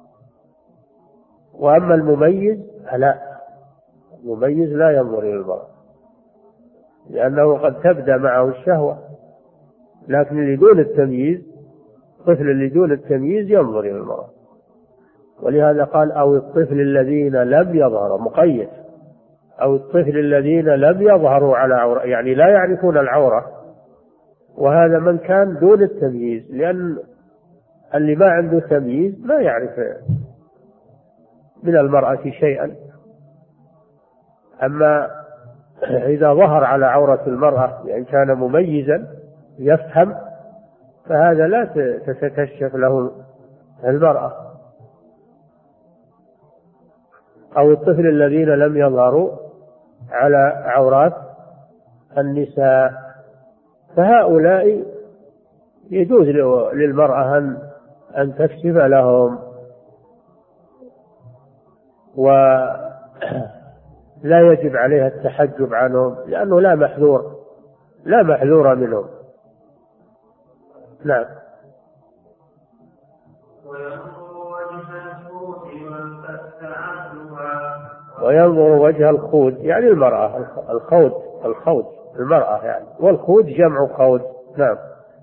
وأما المميز لا، المميز لا ينظر إلى المرأة لأنه قد تبدأ معه الشهوة، لكن اللي دون التمييز، الطفل اللي دون التمييز ينظر إلى المرأة. ولهذا قال أو الطفل الذين لم يظهروا، مقيد، أو الطفل الذين لم يظهروا على عورة، يعني لا يعرفون العورة، وهذا من كان دون التمييز، لأن اللي ما عنده تمييز ما يعرف من المرأة شيئا. أما إذا ظهر على عورة المرأة يعني كان مميزا يفهم، فهذا لا تتكشف له المرأة. أو الطفل الذين لم يظهروا على عورات النساء، فهؤلاء يجوز للمرأة أن تكشف لهم، ولا يجب عليها التحجب عنهم لأنه لا محذور لا محذور منهم. نعم. وينظر وجه الخود، يعني المرأة، الخود الخود المرأة يعني، والخود جمع خود. نعم.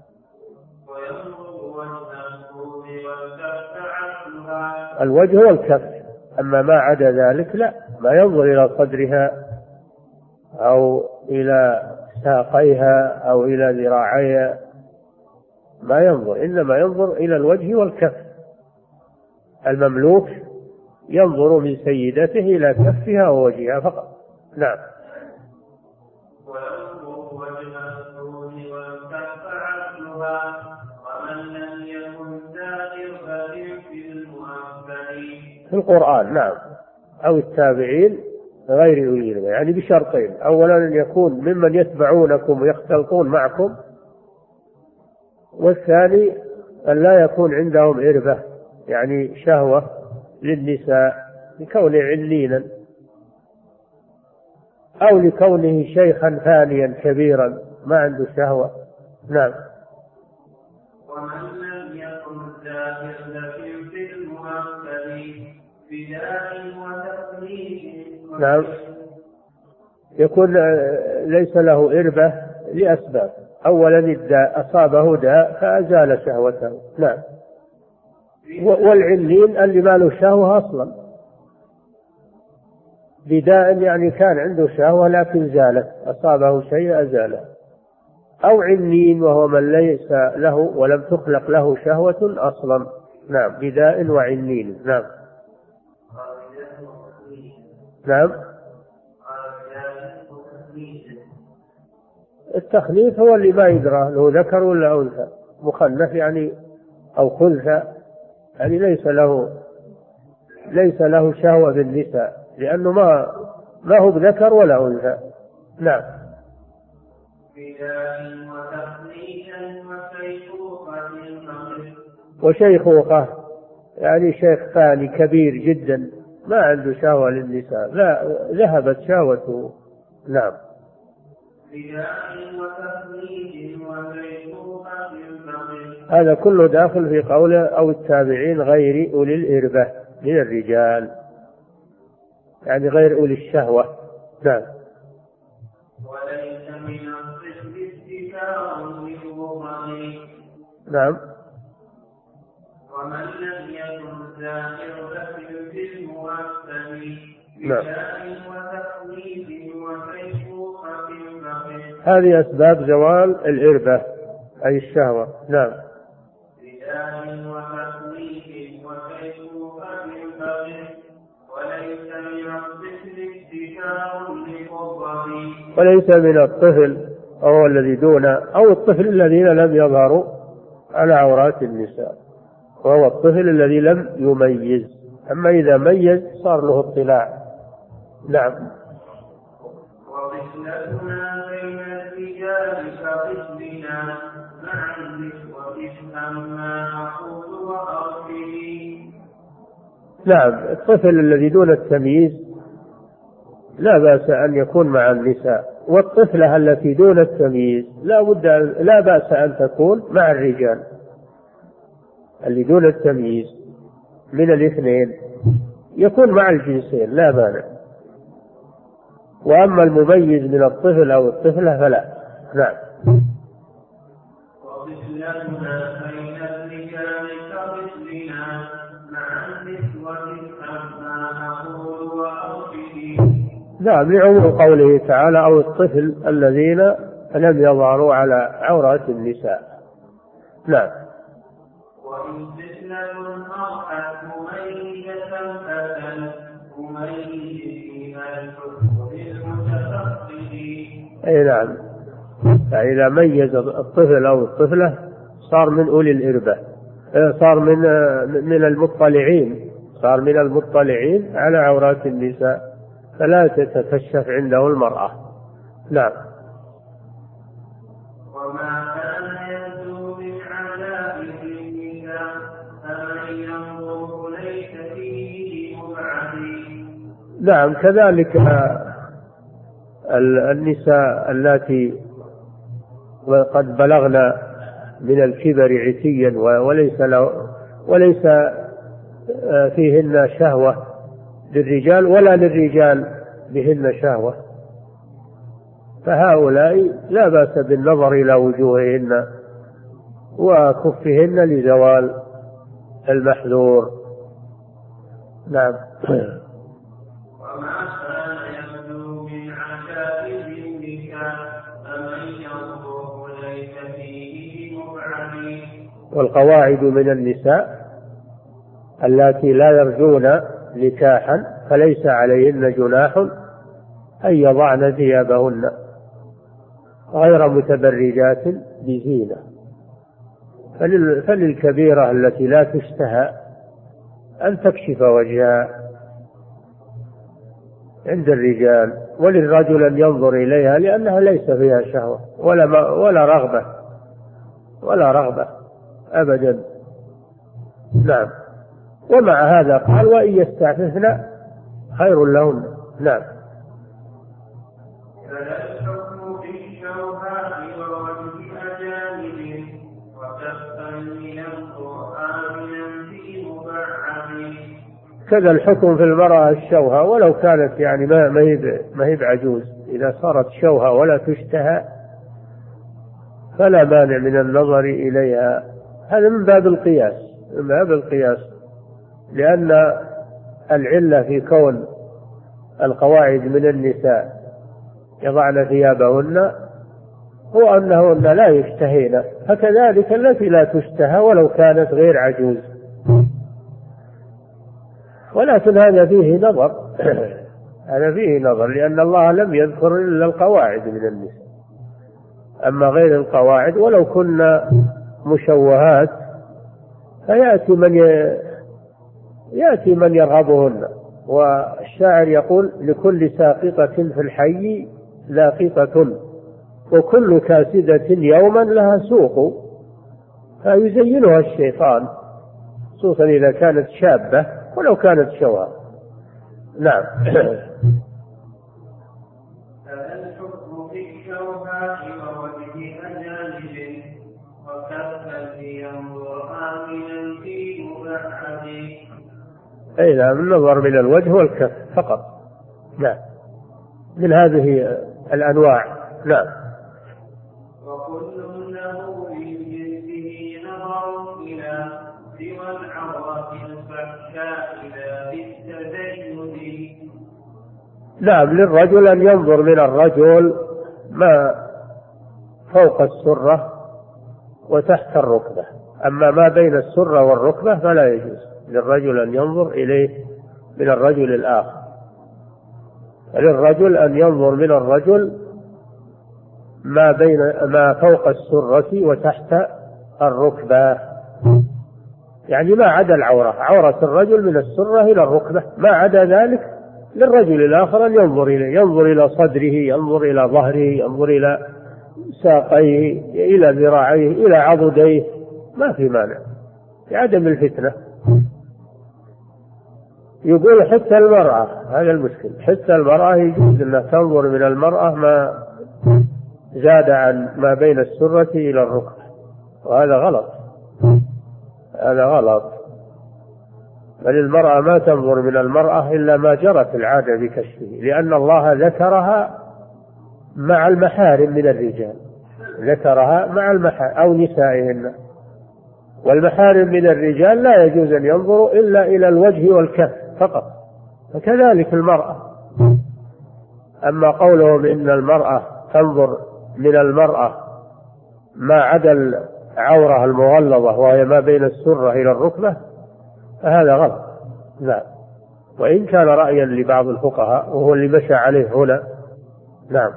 الوجه والكف، أما ما عدا ذلك لا، ما ينظر إلى صدرها أو إلى ساقيها أو إلى ذراعيها، ما ينظر، إنما ينظر إلى الوجه والكف. المملوك ينظر من سيدته إلى كفها ووجهها فقط. نعم. في القرآن نعم. أو التابعين غير أولي الإربة، يعني بشرطين: أولا أن يكون ممن يتبعونكم ويختلطون معكم، والثاني أن لا يكون عندهم إربة يعني شهوة للنساء لكونه علينا أو لكونه شيخا ثانيا كبيرا ما عنده شهوة. نعم. ومن لم يكن ذاكر في المؤكد بداء وتقليد. نعم. يكون ليس له إربة لأسباب. أولا الداء أصابه داء فأزال شهوته. نعم. والعلين اللي ما له شهوة أصلا بداء يعني كان عنده شهوة لكن زالت أصابه شيء أزاله. أو علين وهو من ليس له ولم تخلق له شهوة أصلا. نعم. بداء وعلين. نعم. نعم. التخنيث هو اللي ما يدرى له ذكر ولا أنثى. مخنث يعني أو خنثى يعني ليس له ليس له شهوة بالنساء لأنه ما ما هو بذكر ولا أنثى. نعم. وشيخوخة يعني شيخ ثاني كبير جدا ما عنده شهوة للنساء لا ذهبت شهوته. نعم. هذا كله داخل في قوله أو التابعين غير أولي الإربة من الرجال يعني غير أولي الشهوة. نعم. وليس من الطفل استكار للغرم. نعم. ومن لم يكن ذاكر في المؤثر بداء وتقليد وشيخوخة فقه. هذه أسباب زوال الإربة أي الشهوة. نعم. بداء وتقليد وشيخوخة فقه. وليس من الطفل استكار للغرم. وليس من الطفل أو الذي دون أو الطفل الذين لم يظهروا على عورات النساء وهو الطفل الذي لم يميز. أما إذا ميز صار له اطلاع. نعم. وطفلتنا بين الرجال كطفلنا مع النسوة أما أقول وأرفلي. نعم. الطفل الذي دون التمييز لا بأس أن يكون مع النساء والطفلة التي دون التمييز لا بد لا بأس أن تكون مع الرجال. اللي دون التمييز من الاثنين يكون مع الجنسين لا مانع. وأما المميز من الطفل أو الطفلة فلا. نعم. وطفلتنا بين الرجال كطفلنا مع النسوة أما أقول وأرفلي. نعم. لعموم قوله تعالى أو الطفل الذين لم يظهروا على عورات النساء. نعم. وإن طفلة أرحت مميزة فتن مميزين الحكم للمتفقد. أي نعم. فإذا ميز الطفل أو الطفلة صار من أولي الإربة صار من من المطلعين صار من المطلعين على عورات النساء فلا تتكشف عنده المرأة. نعم. وما كان يبدو من عجائب النساء فمن ينظر ليس فيه مبعد. نعم. كذلك النساء اللاتي قد بلغن من الكبر عتيا وليس له وليس فيهن شهوة للرجال ولا للرجال بهن شهوة فهؤلاء لا بأس بالنظر إلى وجوههن وكفهن لزوال المحذور. نعم. وما كان يبدو من عجائب النساء فمن ينظر ليس فيه مبعد. والقواعد من النساء اللاتي لا يرجون نكاحا فليس عليهن جناح أن يضعن ثيابهن غير متبرجات بزينة. فللكبيرة التي لا تشتهى أن تكشف وجهها عند الرجال وللرجل أن ينظر إليها لأنها ليس فيها شهوة ولا ولا رغبة ولا رغبة أبدا. نعم. ومع هذا قال وإن يستعففن خير لهن. نعم. كذا الحكم في المرأة الشوهة ولو كانت يعني ما هي بعجوز، إذا صارت شوهة ولا تشتهى فلا مانع من النظر إليها. هذا من باب القياس، من باب القياس، لأن العلة في كون القواعد من النساء يضعن ثيابهن هو أنهن لا يشتهين، فكذلك التي لا تشتهى ولو كانت غير عجوز. ولكن هذا فيه نظر هذا فيه نظر لأن الله لم يذكر إلا القواعد من النساء، أما غير القواعد ولو كنا مشوهات فيأتي من ي... يأتي من يرغبهن. والشاعر يقول لكل ساقطة في الحي لاقطة وكل كاسدة يوما لها سوق، فيزينها الشيطان خصوصا إذا كانت شابة ولو كانت شوهة. نعم. أي نعم، النظر من الوجه والكف فقط. نعم، من هذه الأنواع. نعم. وكل له من جنسه نظر إلى سوى العورة الفحشاء إلى بالتزين. نعم، للرجل أن ينظر من الرجل ما فوق السرة وتحت الركبة، أما ما بين السرة والركبة فلا يجوز للرجل أن ينظر إليه من الرجل الآخر. للرجل أن ينظر من الرجل ما بين ما فوق السرة وتحت الركبة، يعني ما عدا العورة، عورة الرجل من السرة إلى الركبة، ما عدا ذلك للرجل الآخر أن ينظر إليه، ينظر إلى صدره، ينظر إلى ظهره، ينظر إلى ساقيه، إلى ذراعيه، إلى عضديه، ما في مانع لعدم الفتنة. يقول حتى المرأة، هذا المشكل، حتى المرأة يجوز أنها تنظر من المرأة ما زاد عن ما بين السرة إلى الركبة، وهذا غلط، هذا غلط. بل المرأة ما تنظر من المرأة إلا ما جرت العادة بكشفه، لأن الله ذكرها مع المحارم من الرجال، ذكرها مع المحارم أو نسائهن، والمحارم من الرجال لا يجوز أن ينظروا إلا إلى الوجه والكف فقط، فكذلك المرأة. أما قولهم إن المرأة تنظر من المرأة ما عدا العورة المغلظة وهي ما بين السرة إلى الركبة فهذا غلط. لا، وإن كان رأيا لبعض الفقهاء وهو اللي مشى عليه هنا. نعم.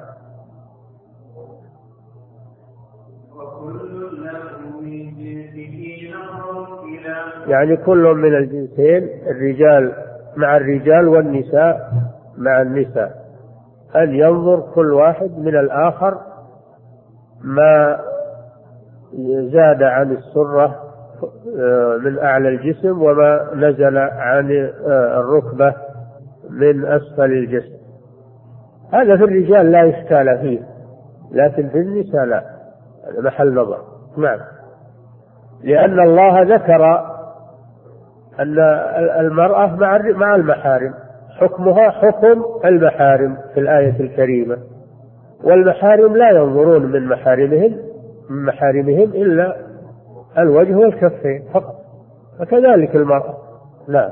يعني كل من الجنسين، الرجال مع الرجال والنساء مع النساء، أن ينظر كل واحد من الآخر ما زاد عن السرة من أعلى الجسم وما نزل عن الركبة من أسفل الجسم. هذا في الرجال لا إشكال فيه، لكن في النساء لا، هذا محل نظر. نعم، لأن الله ذكر أن المرأة مع المحارم حكمها حكم المحارم في الآية الكريمة، والمحارم لا ينظرون من محارمهم من محارمهم إلا الوجه والكفين فقط، فكذلك المرأة. لا.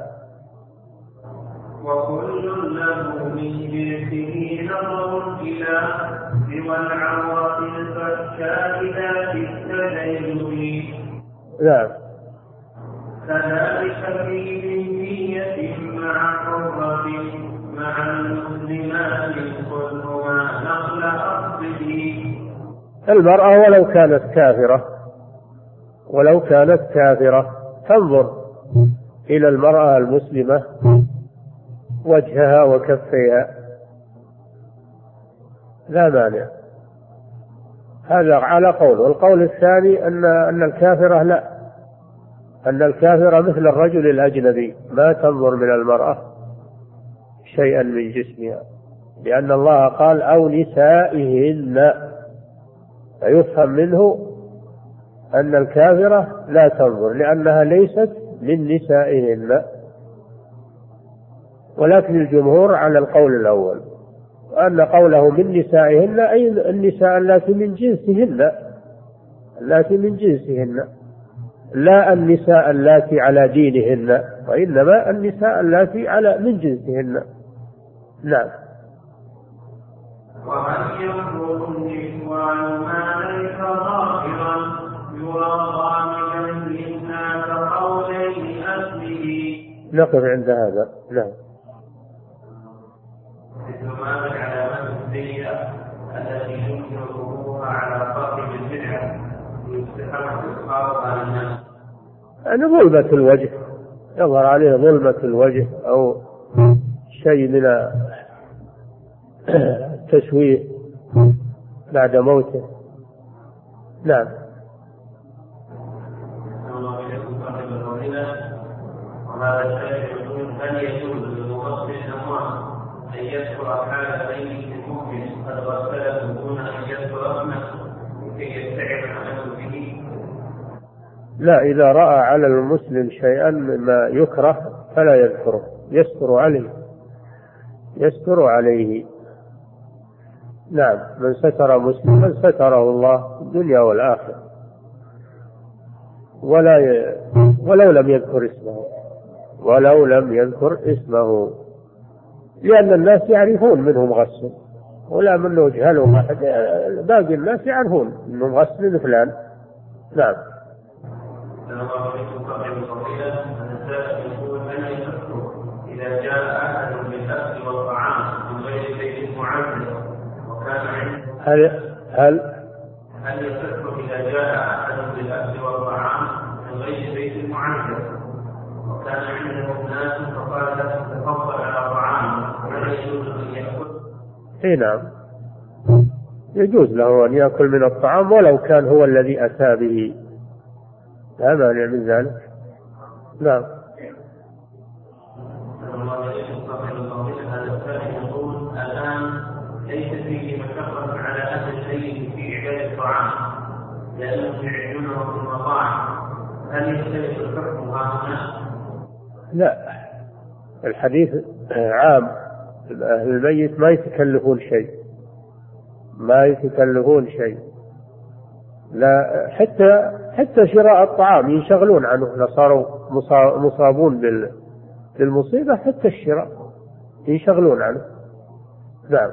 وكل له من جنسه نظر إلى سوى العورة الفحشاء ذات التدين. نعم. كذلك في ذمية مع حرة مع المسلمات كلها نقل أصله. المرأة ولو كانت كافرة ولو كانت كافرة تنظر إلى المرأة المسلمة وجهها وكفيها، لا مانع. هذا على قول. والقول الثاني أن أن الكافرة لا، أن الكافر مثل الرجل الأجنبي ما تنظر من المرأة شيئا من جسمها، لأن الله قال أو نسائهن، فيفهم منه أن الكافرة لا تنظر لأنها ليست من نسائهن، ولكن الجمهور على القول الأول، وأن قوله من نسائهن أي النساء التي من جنسهن، التي من جنسهن، لا النساء التي على دينهن، وإنما النساء التي على من جنسهن. نعم. وهل يخرج النسوان ما ليس ظاهرا يرى غامضا للناس قولين أصله. نقف عند هذا. نعم. مثل ما العلامات السيئة التي يمكن ظهورها على صاحب البدعة يستحق إسقاطها للناس. يعني ظلمة الوجه، يظهر عليه ظلمة الوجه أو شيء من التشويه بعد موته. نعم. وهذا الشيء يقول هل يجوز لمغسل الأموات أن يذكر حال بينه المؤمن قد غسله دون أن يذكر اسمه لكي يستعر العمل به؟ لا، إذا رأى على المسلم شيئا مما يكره فلا يذكره، يستر عليه، يستر عليه. نعم. من ستر مسلما ستره الله الدنيا والآخرة، ولا ي... ولو لم يذكر اسمه، ولو لم يذكر اسمه، لأن الناس يعرفون منهم غسل، ولا من يجهلهم أحد، باقي الناس يعرفون منهم غسل فلان. نعم. إذا جاء أحد بالأكل والطعام من غير بيت معزز وكان عنده هل هل هل يصح إذا جاء أحد بالأكل والطعام من غير بيت معزز وكان عنده ناس فقال له تفضل على طعامه ولا يجوز أن يأكل؟ اي نعم، يجوز له أن يأكل من الطعام ولو كان هو الذي أتى به، لا مانع من ذلك. نعم. الآن ليس فيه مشقة على أهل الشيء في إعداد الطعام لأنهم يعدونه في المطاعم، هل يختلف الحكم هنا؟ لا، الحديث عام، أهل الميت ما يتكلفون شيء، ما يتكلفون شيء، لا حتى حتى شراء الطعام ينشغلون عنه، لصاروا مصابون بالمصيبة حتى الشراء ينشغلون عنه. نعم.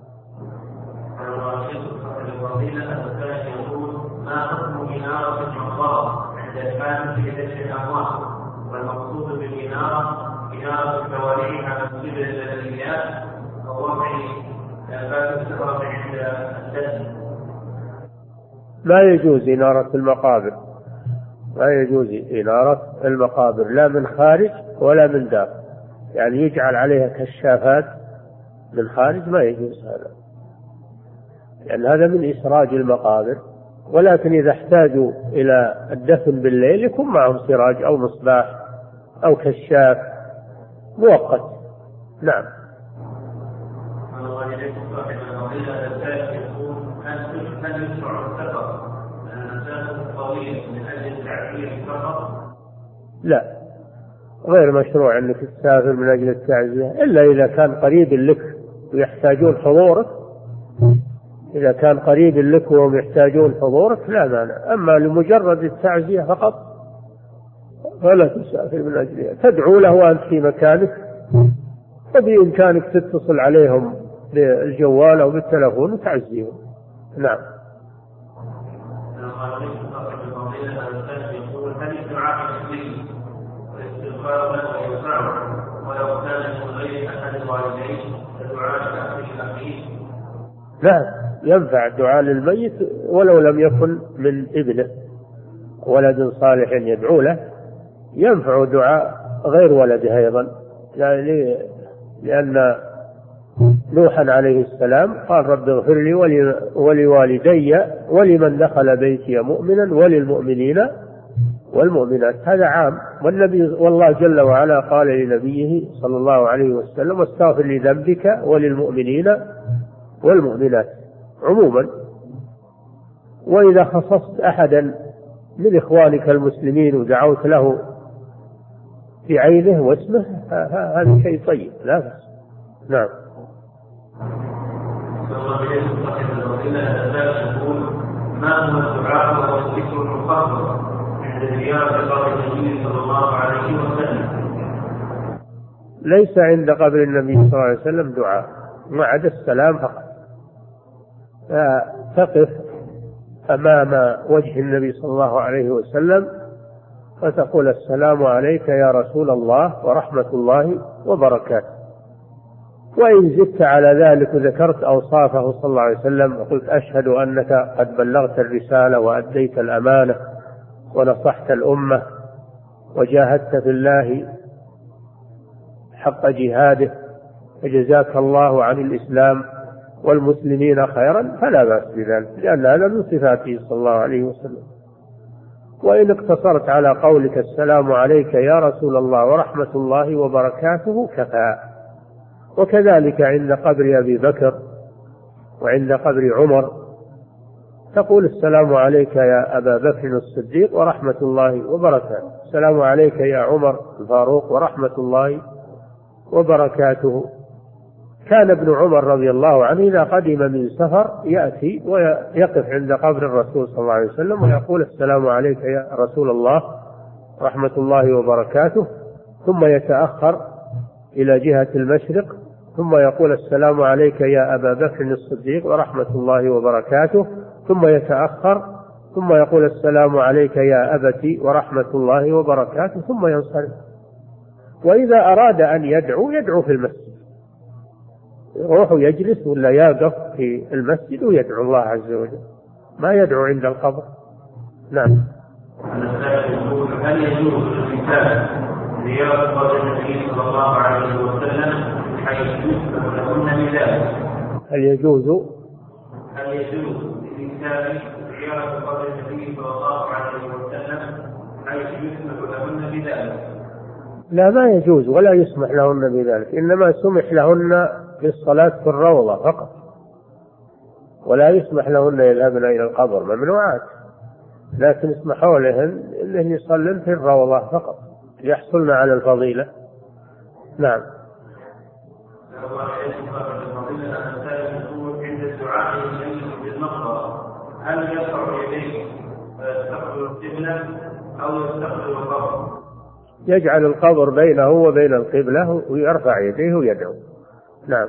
ما حكم إنارة المنظرة عند الإمام في ذكر الأموات، والمقصود بالإنارة إنارة التواريخ على مسجد البلديات أو وضع باب السفرة عند الدفن؟ لا يجوز إنارة المقابر، لا يجوز إنارة المقابر لا من خارج ولا من داخل، يعني يجعل عليها كشافات من خارج، ما يجوز هذا، لأن هذا من إسراج المقابر. ولكن إذا احتاجوا إلى الدفن بالليل يكون معهم سراج أو مصباح أو كشاف مؤقت. نعم. لا، غير مشروع أنك تسافر من أجل التعزية إلا إذا كان قريب لك ويحتاجون حضورك، إذا كان قريب لك وهم يحتاجون حضورك لا مانع، أما لمجرد التعزية فقط فلا تسافر من أجلها، تدعو له وأنت في مكانك، وبإمكانك تتصل عليهم بالجوال أو بالتلفون وتعزيهم. نعم. نعم، ينفع الدعاء للميت ولو لم يكن من ابنه، ولد صالح يدعو له ينفع دعاء غير ولده أيضا، يعني لأن نوحا عليه السلام قال رب اغفر لي ولوالدي ولمن دخل بيتي مؤمنا وللمؤمنين والمؤمنات، هذا عام. والنبي والله جل وعلا قال لنبيه صلى الله عليه وسلم: واستغفر لذنبك وللمؤمنين والمؤمنات، عموما. وإذا خصصت أحدا من إخوانك المسلمين ودعوت له في عينه واسمه، هذا شيء طيب لا بأس. نعم. ما هو الدعاء والذكر المخصص عند زيارة قبر النبي صلى الله عليه وسلم؟ ليس عند قبر النبي صلى الله عليه وسلم دعاء ما عدا السلام فقط. تقف أمام وجه النبي صلى الله عليه وسلم فتقول: السلام عليك يا رسول الله ورحمة الله وبركاته. وإن زدت على ذلك وذكرت أوصافه صلى الله عليه وسلم وقلت: أشهد أنك قد بلغت الرسالة وأديت الأمانة ونصحت الأمة وجاهدت في الله حق جهاده فجزاك الله عن الإسلام والمسلمين خيرا، فلا بأس بذلك، لأن هذا من صفاته صلى الله عليه وسلم. وإن اقتصرت على قولك: السلام عليك يا رسول الله ورحمة الله وبركاته، كفى. وكذلك عند قبر أبي بكر وعند قبر عمر تقول: السلام عليك يا أبا بكر الصديق ورحمة الله وبركاته، السلام عليك يا عمر الفاروق ورحمة الله وبركاته. كان ابن عمر رضي الله عنه إذا قدم من سفر يأتي ويقف عند قبر الرسول صلى الله عليه وسلم ويقول: السلام عليك يا رسول الله ورحمة الله وبركاته، ثم يتأخر إلى جهة المشرق ثم يقول: السلام عليك يا أبا بكر الصديق ورحمة الله وبركاته، ثم يتأخر ثم يقول: السلام عليك يا أبتي ورحمة الله وبركاته، ثم ينصرف. وإذا أراد أن يدعو يدعو في المسجد، يروح يجلس ولا يقف في المسجد ويدعو الله عز وجل، ما يدعو عند القبر. نعم. هل يجوز للإنسان زيارة قبر النبي صلى الله عليه وسلم حيث يسمح لهن بذلك؟ هل يجوز هل يجوز للإنسان زيارة قبر النبي صلى الله عليه وسلم حيث يسمح لهن بذلك؟ لا، ما يجوز ولا يسمح لهن بذلك، إنما سمح لهن بالصلاة في الروضة فقط، ولا يسمح لهن يذهبن إلى القبر، ممنوعات، لكن اسمحوا لهن أن يصلن في الروضة فقط يحصلن على الفضيلة. نعم. عند الدعاء بالمقبرة هل يرفع يديه ويستقبل القبلة أو يستقبل القبر؟ يجعل القبر بينه وبين القبلة ويرفع يديه ويدعو. نعم.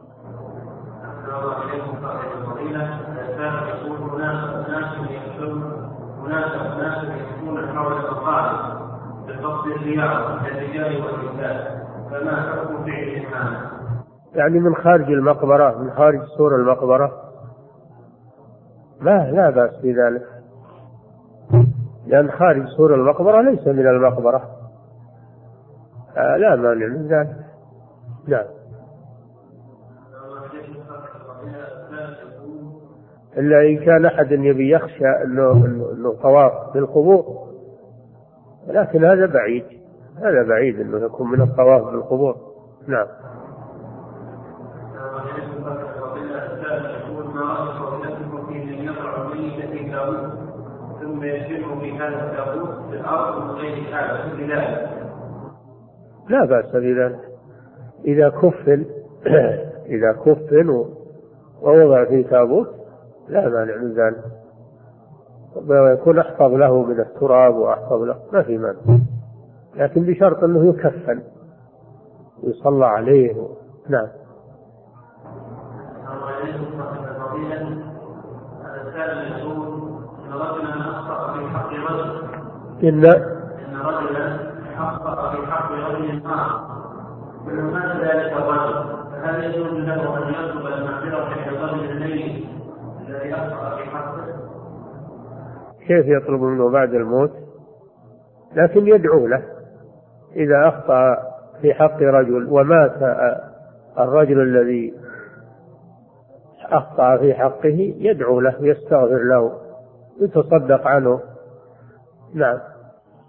هناك يكون حول المقابر بقصد الزيارة للرجال والنساء، فما حكم فعلهم هذا؟ يعني من خارج المقبرة، من خارج سور المقبرة، لا لا بأس بذلك، لأن خارج سور المقبرة ليس من المقبرة، آه لا مانع من ذلك. نعم. إلا إن كان أحد يبي يخشى أنه, إنه طواف بالقبور، لكن هذا بعيد، هذا بعيد أنه يكون من الطواف بالقبور. نعم. ثم يشبه بهذا التابوت في الأرض من غير حاجة بذلك؟ لا بأس بذلك، إذا كفن إذا كفن ووضع في تابوت لا مانع من ذلك، ويكون أحفظ له من التراب وأحفظ له، ما في مانع، لكن بشرط أنه يكفن ويصلى عليه. نعم. إن إن رجلا أخطأ في حق رجل آخر فمات ذلك الرجل، فهل يجوز له أن يطلب المغفرة من الرجل الميت الذي أخطأ في حقه؟ كيف يطلب منه بعد الموت؟ لكن يدعو له إذا أخطأ في حق رجل ومات الرجل الذي أخطأ في حقه، يدعو له يستغفر له يتصدق عنه. نعم.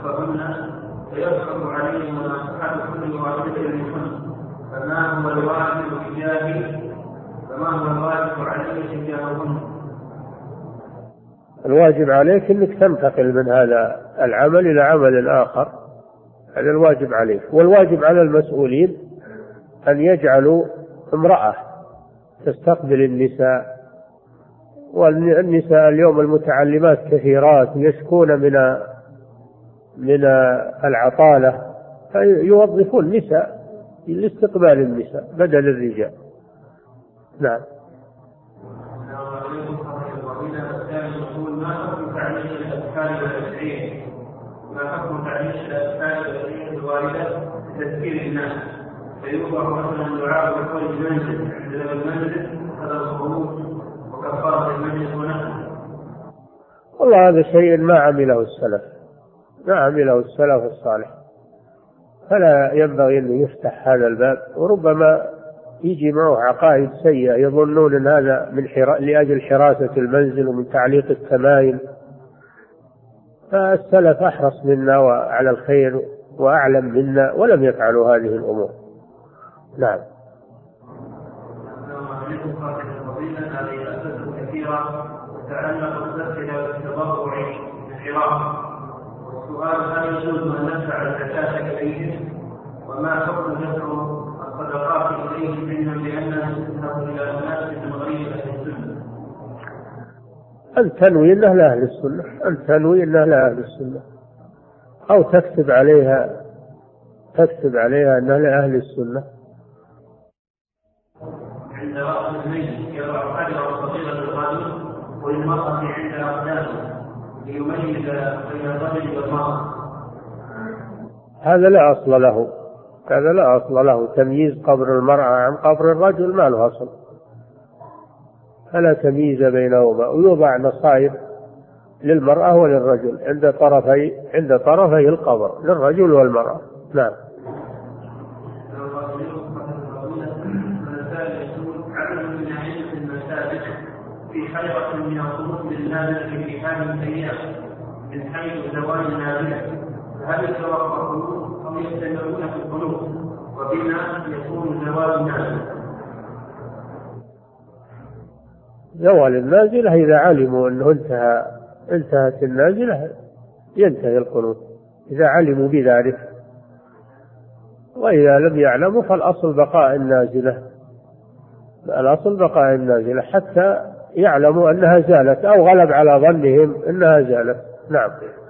فهن فيصعب عليهم مناصحة كل واحدة منهن. فما هو الواجب تجاه فما هو الواجب عليه تجاههن؟ الواجب عليك أنك تنتقل من هذا العمل إلى عمل آخر، هذا الواجب عليك. والواجب على المسؤولين أن يجعلوا امرأة تستقبل النساء. والنساء اليوم المتعلمات كثيرات يشكون من من العطالة، فيوظفون النساء لاستقبال النساء بدل الرجال. نعم. ما حكم تعليم الأذكار والتدعية؟ ما حكم تعليم الأذكار والتدعية الواردة لتذكير الناس؟ فيوضع مثلا دعاء بكل المنزل عند المنزل هذا الخروج وكفارة المنزل ونحوه. والله هذا شيء ما عمله السلف، ما عمله السلف الصالح، فلا ينبغي أن يفتح هذا الباب. وربما يجي معه عقائد سيئة، يظنون أن هذا من حرا... لأجل حراسة المنزل ومن تعليق التمايل. فالسلف أحرص منا وعلى الخير وأعلم منا ولم يفعلوا هذه الأمور. نعم. وتعلق السلسلة بالتضرع بالحرام. والسؤال هل يجوز أن ندفع الزكاة إليهم؟ وما حكم دفع الصدقات إليهم علما بأنها تذهب إلى أناس من غير أهل السنة؟ أن تنوي أنها لأهل السنة، أن تنوي أنها لأهل السنة، أو تكتب عليها تكتب عليها أنها لأهل السنة. عند رأس الميت يضع حجرا صغيرا للرجل وللمرأة عند أقدامه ليميز بين الرجل والمرأة. هذا لا أصل له، هذا لا أصل له. تمييز قبر المرأة عن قبر الرجل ما له أصل، فلا تمييز بينهما. ويوضع نصائب للمرأة وللرجل عند طرفي عند طرفي القبر للرجل والمرأة. نعم. في حلقة من الخروج للنازل في هذه الأيام من حيث زوال النازلة، فهل يتوقفون أو يستمرون في القنوت؟ وبما يكون زوال النازلة؟ زوال النازلة إذا علموا أنه انتهى انتهت النازلة ينتهي القنوت، إذا علموا بذلك. وإذا لم يعلموا فالأصل بقاء النازلة، الأصل بقاء النازلة حتى يعلموا أنها زالت أو غلب على ظنهم أنها زالت. نعم.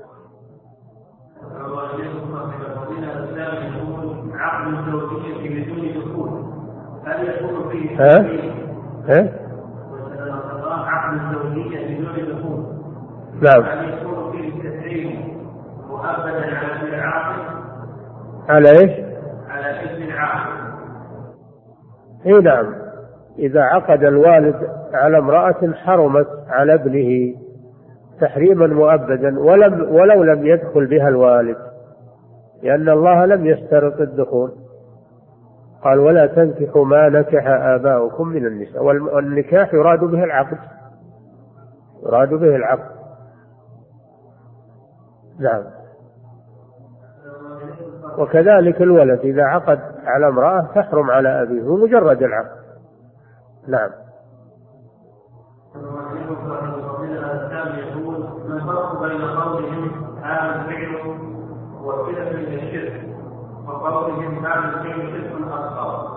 عقد الزوجية بدون دخول هل يكون فيه ها؟ ها؟ عقد الزوجية بدون دخول نعم. هل يكون فيه تسليم مؤبدا على العاقل؟ على إيش؟ على اسم العاقل. إيه نعم. إذا عقد الوالد على امرأة حرمت على ابنه تحريما مؤبدا ولم ولو لم يدخل بها الوالد، لأن الله لم يشترط الدخول. قال ولا تنكحوا ما نكح آباؤكم من النساء، والنكاح يراد به العقد، يراد به العقد. نعم. وكذلك الولد إذا عقد على امرأة تحرم على أبيه بمجرد العقد. نعم. ما الفرق بين قولهم هذا الفعل وسيلة إلى الشرك وقولهم هذا الفعل شرك أصغر؟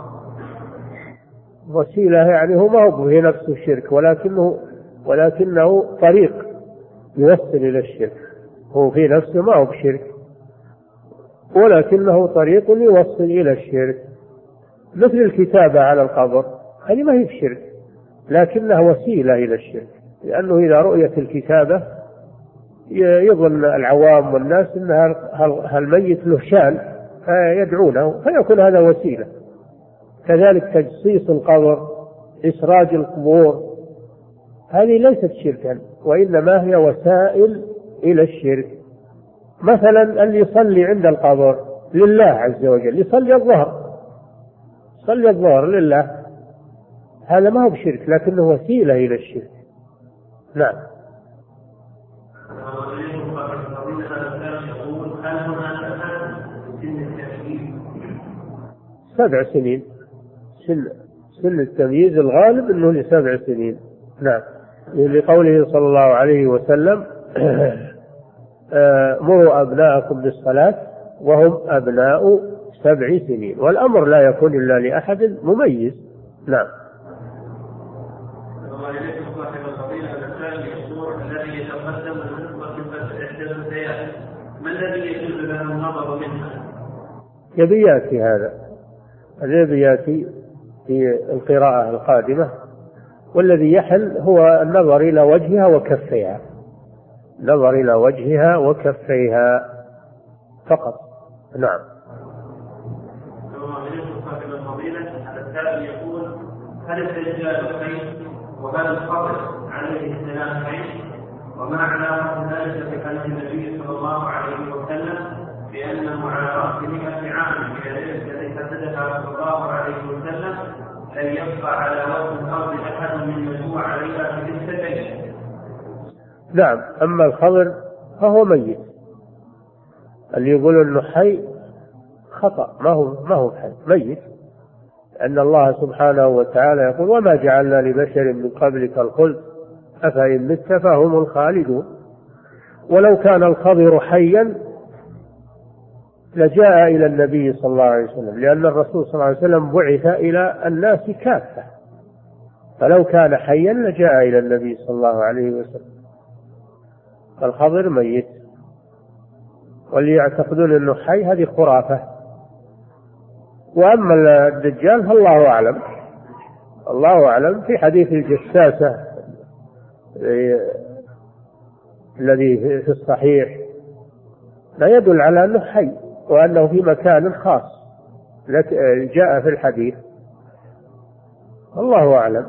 وسيلة يعني هو ما هو في نفسه الشرك، ولكنه ولكنه طريق يوصل إلى الشرك. هو في نفسه ما هو بشرك، ولكنه طريق يوصل إلى الشرك، مثل الكتابة على القبر، هذه ما هي بشرك لكنها وسيلة إلى الشرك، لأنه إذا رؤيت الكتابة يظن العوام والناس أن هالميت له شان فيدعونه، فيكون هذا وسيلة. كذلك تجصيص القبر، إسراج القبور، هذه ليست شركا وإنما هي وسائل إلى الشرك. مثلا اللي يصلي عند القبر لله عز وجل، يصلي الظهر صلي الظهر لله، هذا ما هو بشرك لكنه وسيلة إلى الشرك. نعم. سبع سنين سن سن التمييز الغالب أنه لسبع سنين. نعم، لقوله صلى الله عليه وسلم مروا أبناءكم بالصلاة وهم أبناء سبع سنين، والأمر لا يكون إلا لأحد مميز. نعم. الذي يتقدم ما الذي يجوز له النظر منها؟ يبي يأتي هذا الذي يأتي في القراءة القادمة، والذي يحل هو النظر إلى وجهها وكفيها، نظر إلى وجهها وكفيها فقط. نعم. يقول هل الدجال حي وهل الخضر عليه السلام حي، وما علاقة ذلك بحديث النبي صلى الله عليه وسلم بأنه على رأس مئة عام في الليلة التي حدثها صلى الله عليه وسلم لن يبقى على وجه الأرض أحد من مجموع عليها في السبيل. نعم. أما الخضر فهو ميت، اللي يقول انه حي خطأ، ما هو ما هو حي، ميت. أن الله سبحانه وتعالى يقول وما جعلنا لبشر من قبلك الخلد أفإن مت فهم الخالدون. ولو كان الخضر حيا لجاء إلى النبي صلى الله عليه وسلم، لأن الرسول صلى الله عليه وسلم بعث إلى الناس كافة، فلو كان حيا لجاء إلى النبي صلى الله عليه وسلم. الخضر ميت، واللي يعتقدون أنه حي هذه خرافة. وأما الدجال فالله أعلم، الله أعلم. في حديث الجساسة الذي في الصحيح لا يدل على أنه حي، وأنه في مكان خاص جاء في الحديث، الله أعلم.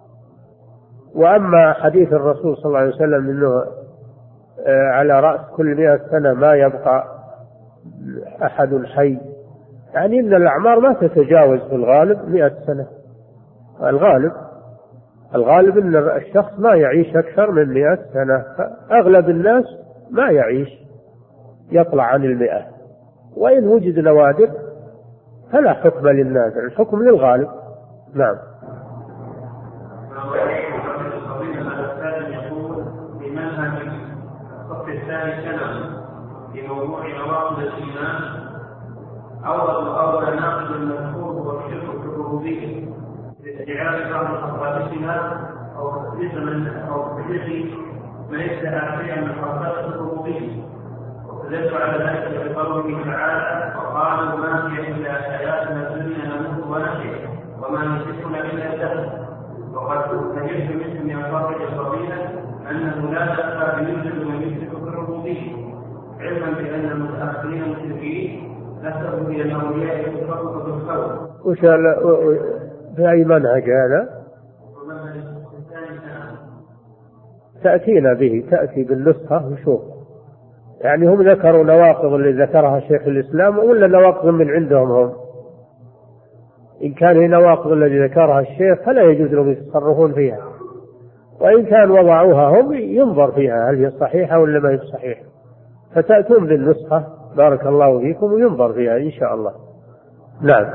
وأما حديث الرسول صلى الله عليه وسلم أنه على رأس كل مئة سنة ما يبقى أحد حي، يعني أن الأعمار ما تتجاوز في الغالب مئة سنة. الغالب الغالب أن الشخص ما يعيش أكثر من مئة سنة، أغلب الناس ما يعيش يطلع عن المئة، وإن وجد نوادر فلا حكم للنادر، الحكم للغالب. نعم. في موضوع نواقض الإيمان أول أول ناقض المذكور هو الشرك في الربوبية لاستعارة بعض خصائصها أو تخصيص من أو تخصيص من ادعى شيئا من خصائص الربوبية، وتدل على ذلك بقوله تعالى وقالوا ما هي إلا حياتنا الدنيا نموت ونحيا وما يمسكنا إلا الدهر. وقد تجد مثل من أفاضل الفضيلة أنه لا تخفى بيوجد من يمسك في الربوبية، علما بأن المتأخرين المشركين نسبوا إلى الأولياء يتصرفوا بالخوف. وش في أي منهج هذا؟ تأتينا به، تأتي بالنسخة وشوف. يعني هم ذكروا نواقض اللي ذكرها شيخ الإسلام ولا نواقض من عندهم هم؟ إن كان هي نواقض الذي ذكرها الشيخ فلا يجوز لهم يتصرفون فيها، وإن كان وضعوها هم ينظر فيها هل هي صحيحة ولا ما هي صحيحة، فتأتون بالنسخة بارك الله فيكم وينظر فيها إن شاء الله. نعم.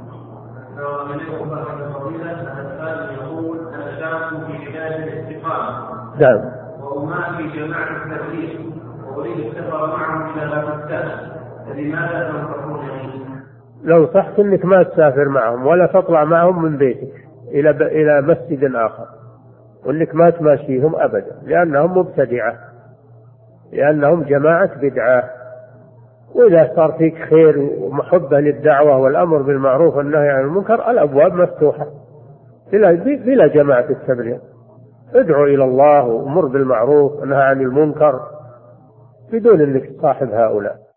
نعم. وما في جماعة التبليغ وأريد السفر معهم إلى باكستان، فلماذا تنصحون لي؟ لو صحت أنك ما تسافر معهم ولا تطلع معهم من بيتك إلى إلى مسجد آخر، وأنك ما تماشيهم أبدا، لأنهم مبتدعة، لأنهم جماعة بدعة. وإذا صار فيك خير ومحبة للدعوة والأمر بالمعروف والنهي عن المنكر الأبواب مفتوحة بلا, بلا جماعة التبليغ. ادعو إلى الله وأمر بالمعروف ونهي عن المنكر بدون أنك تصاحب هؤلاء.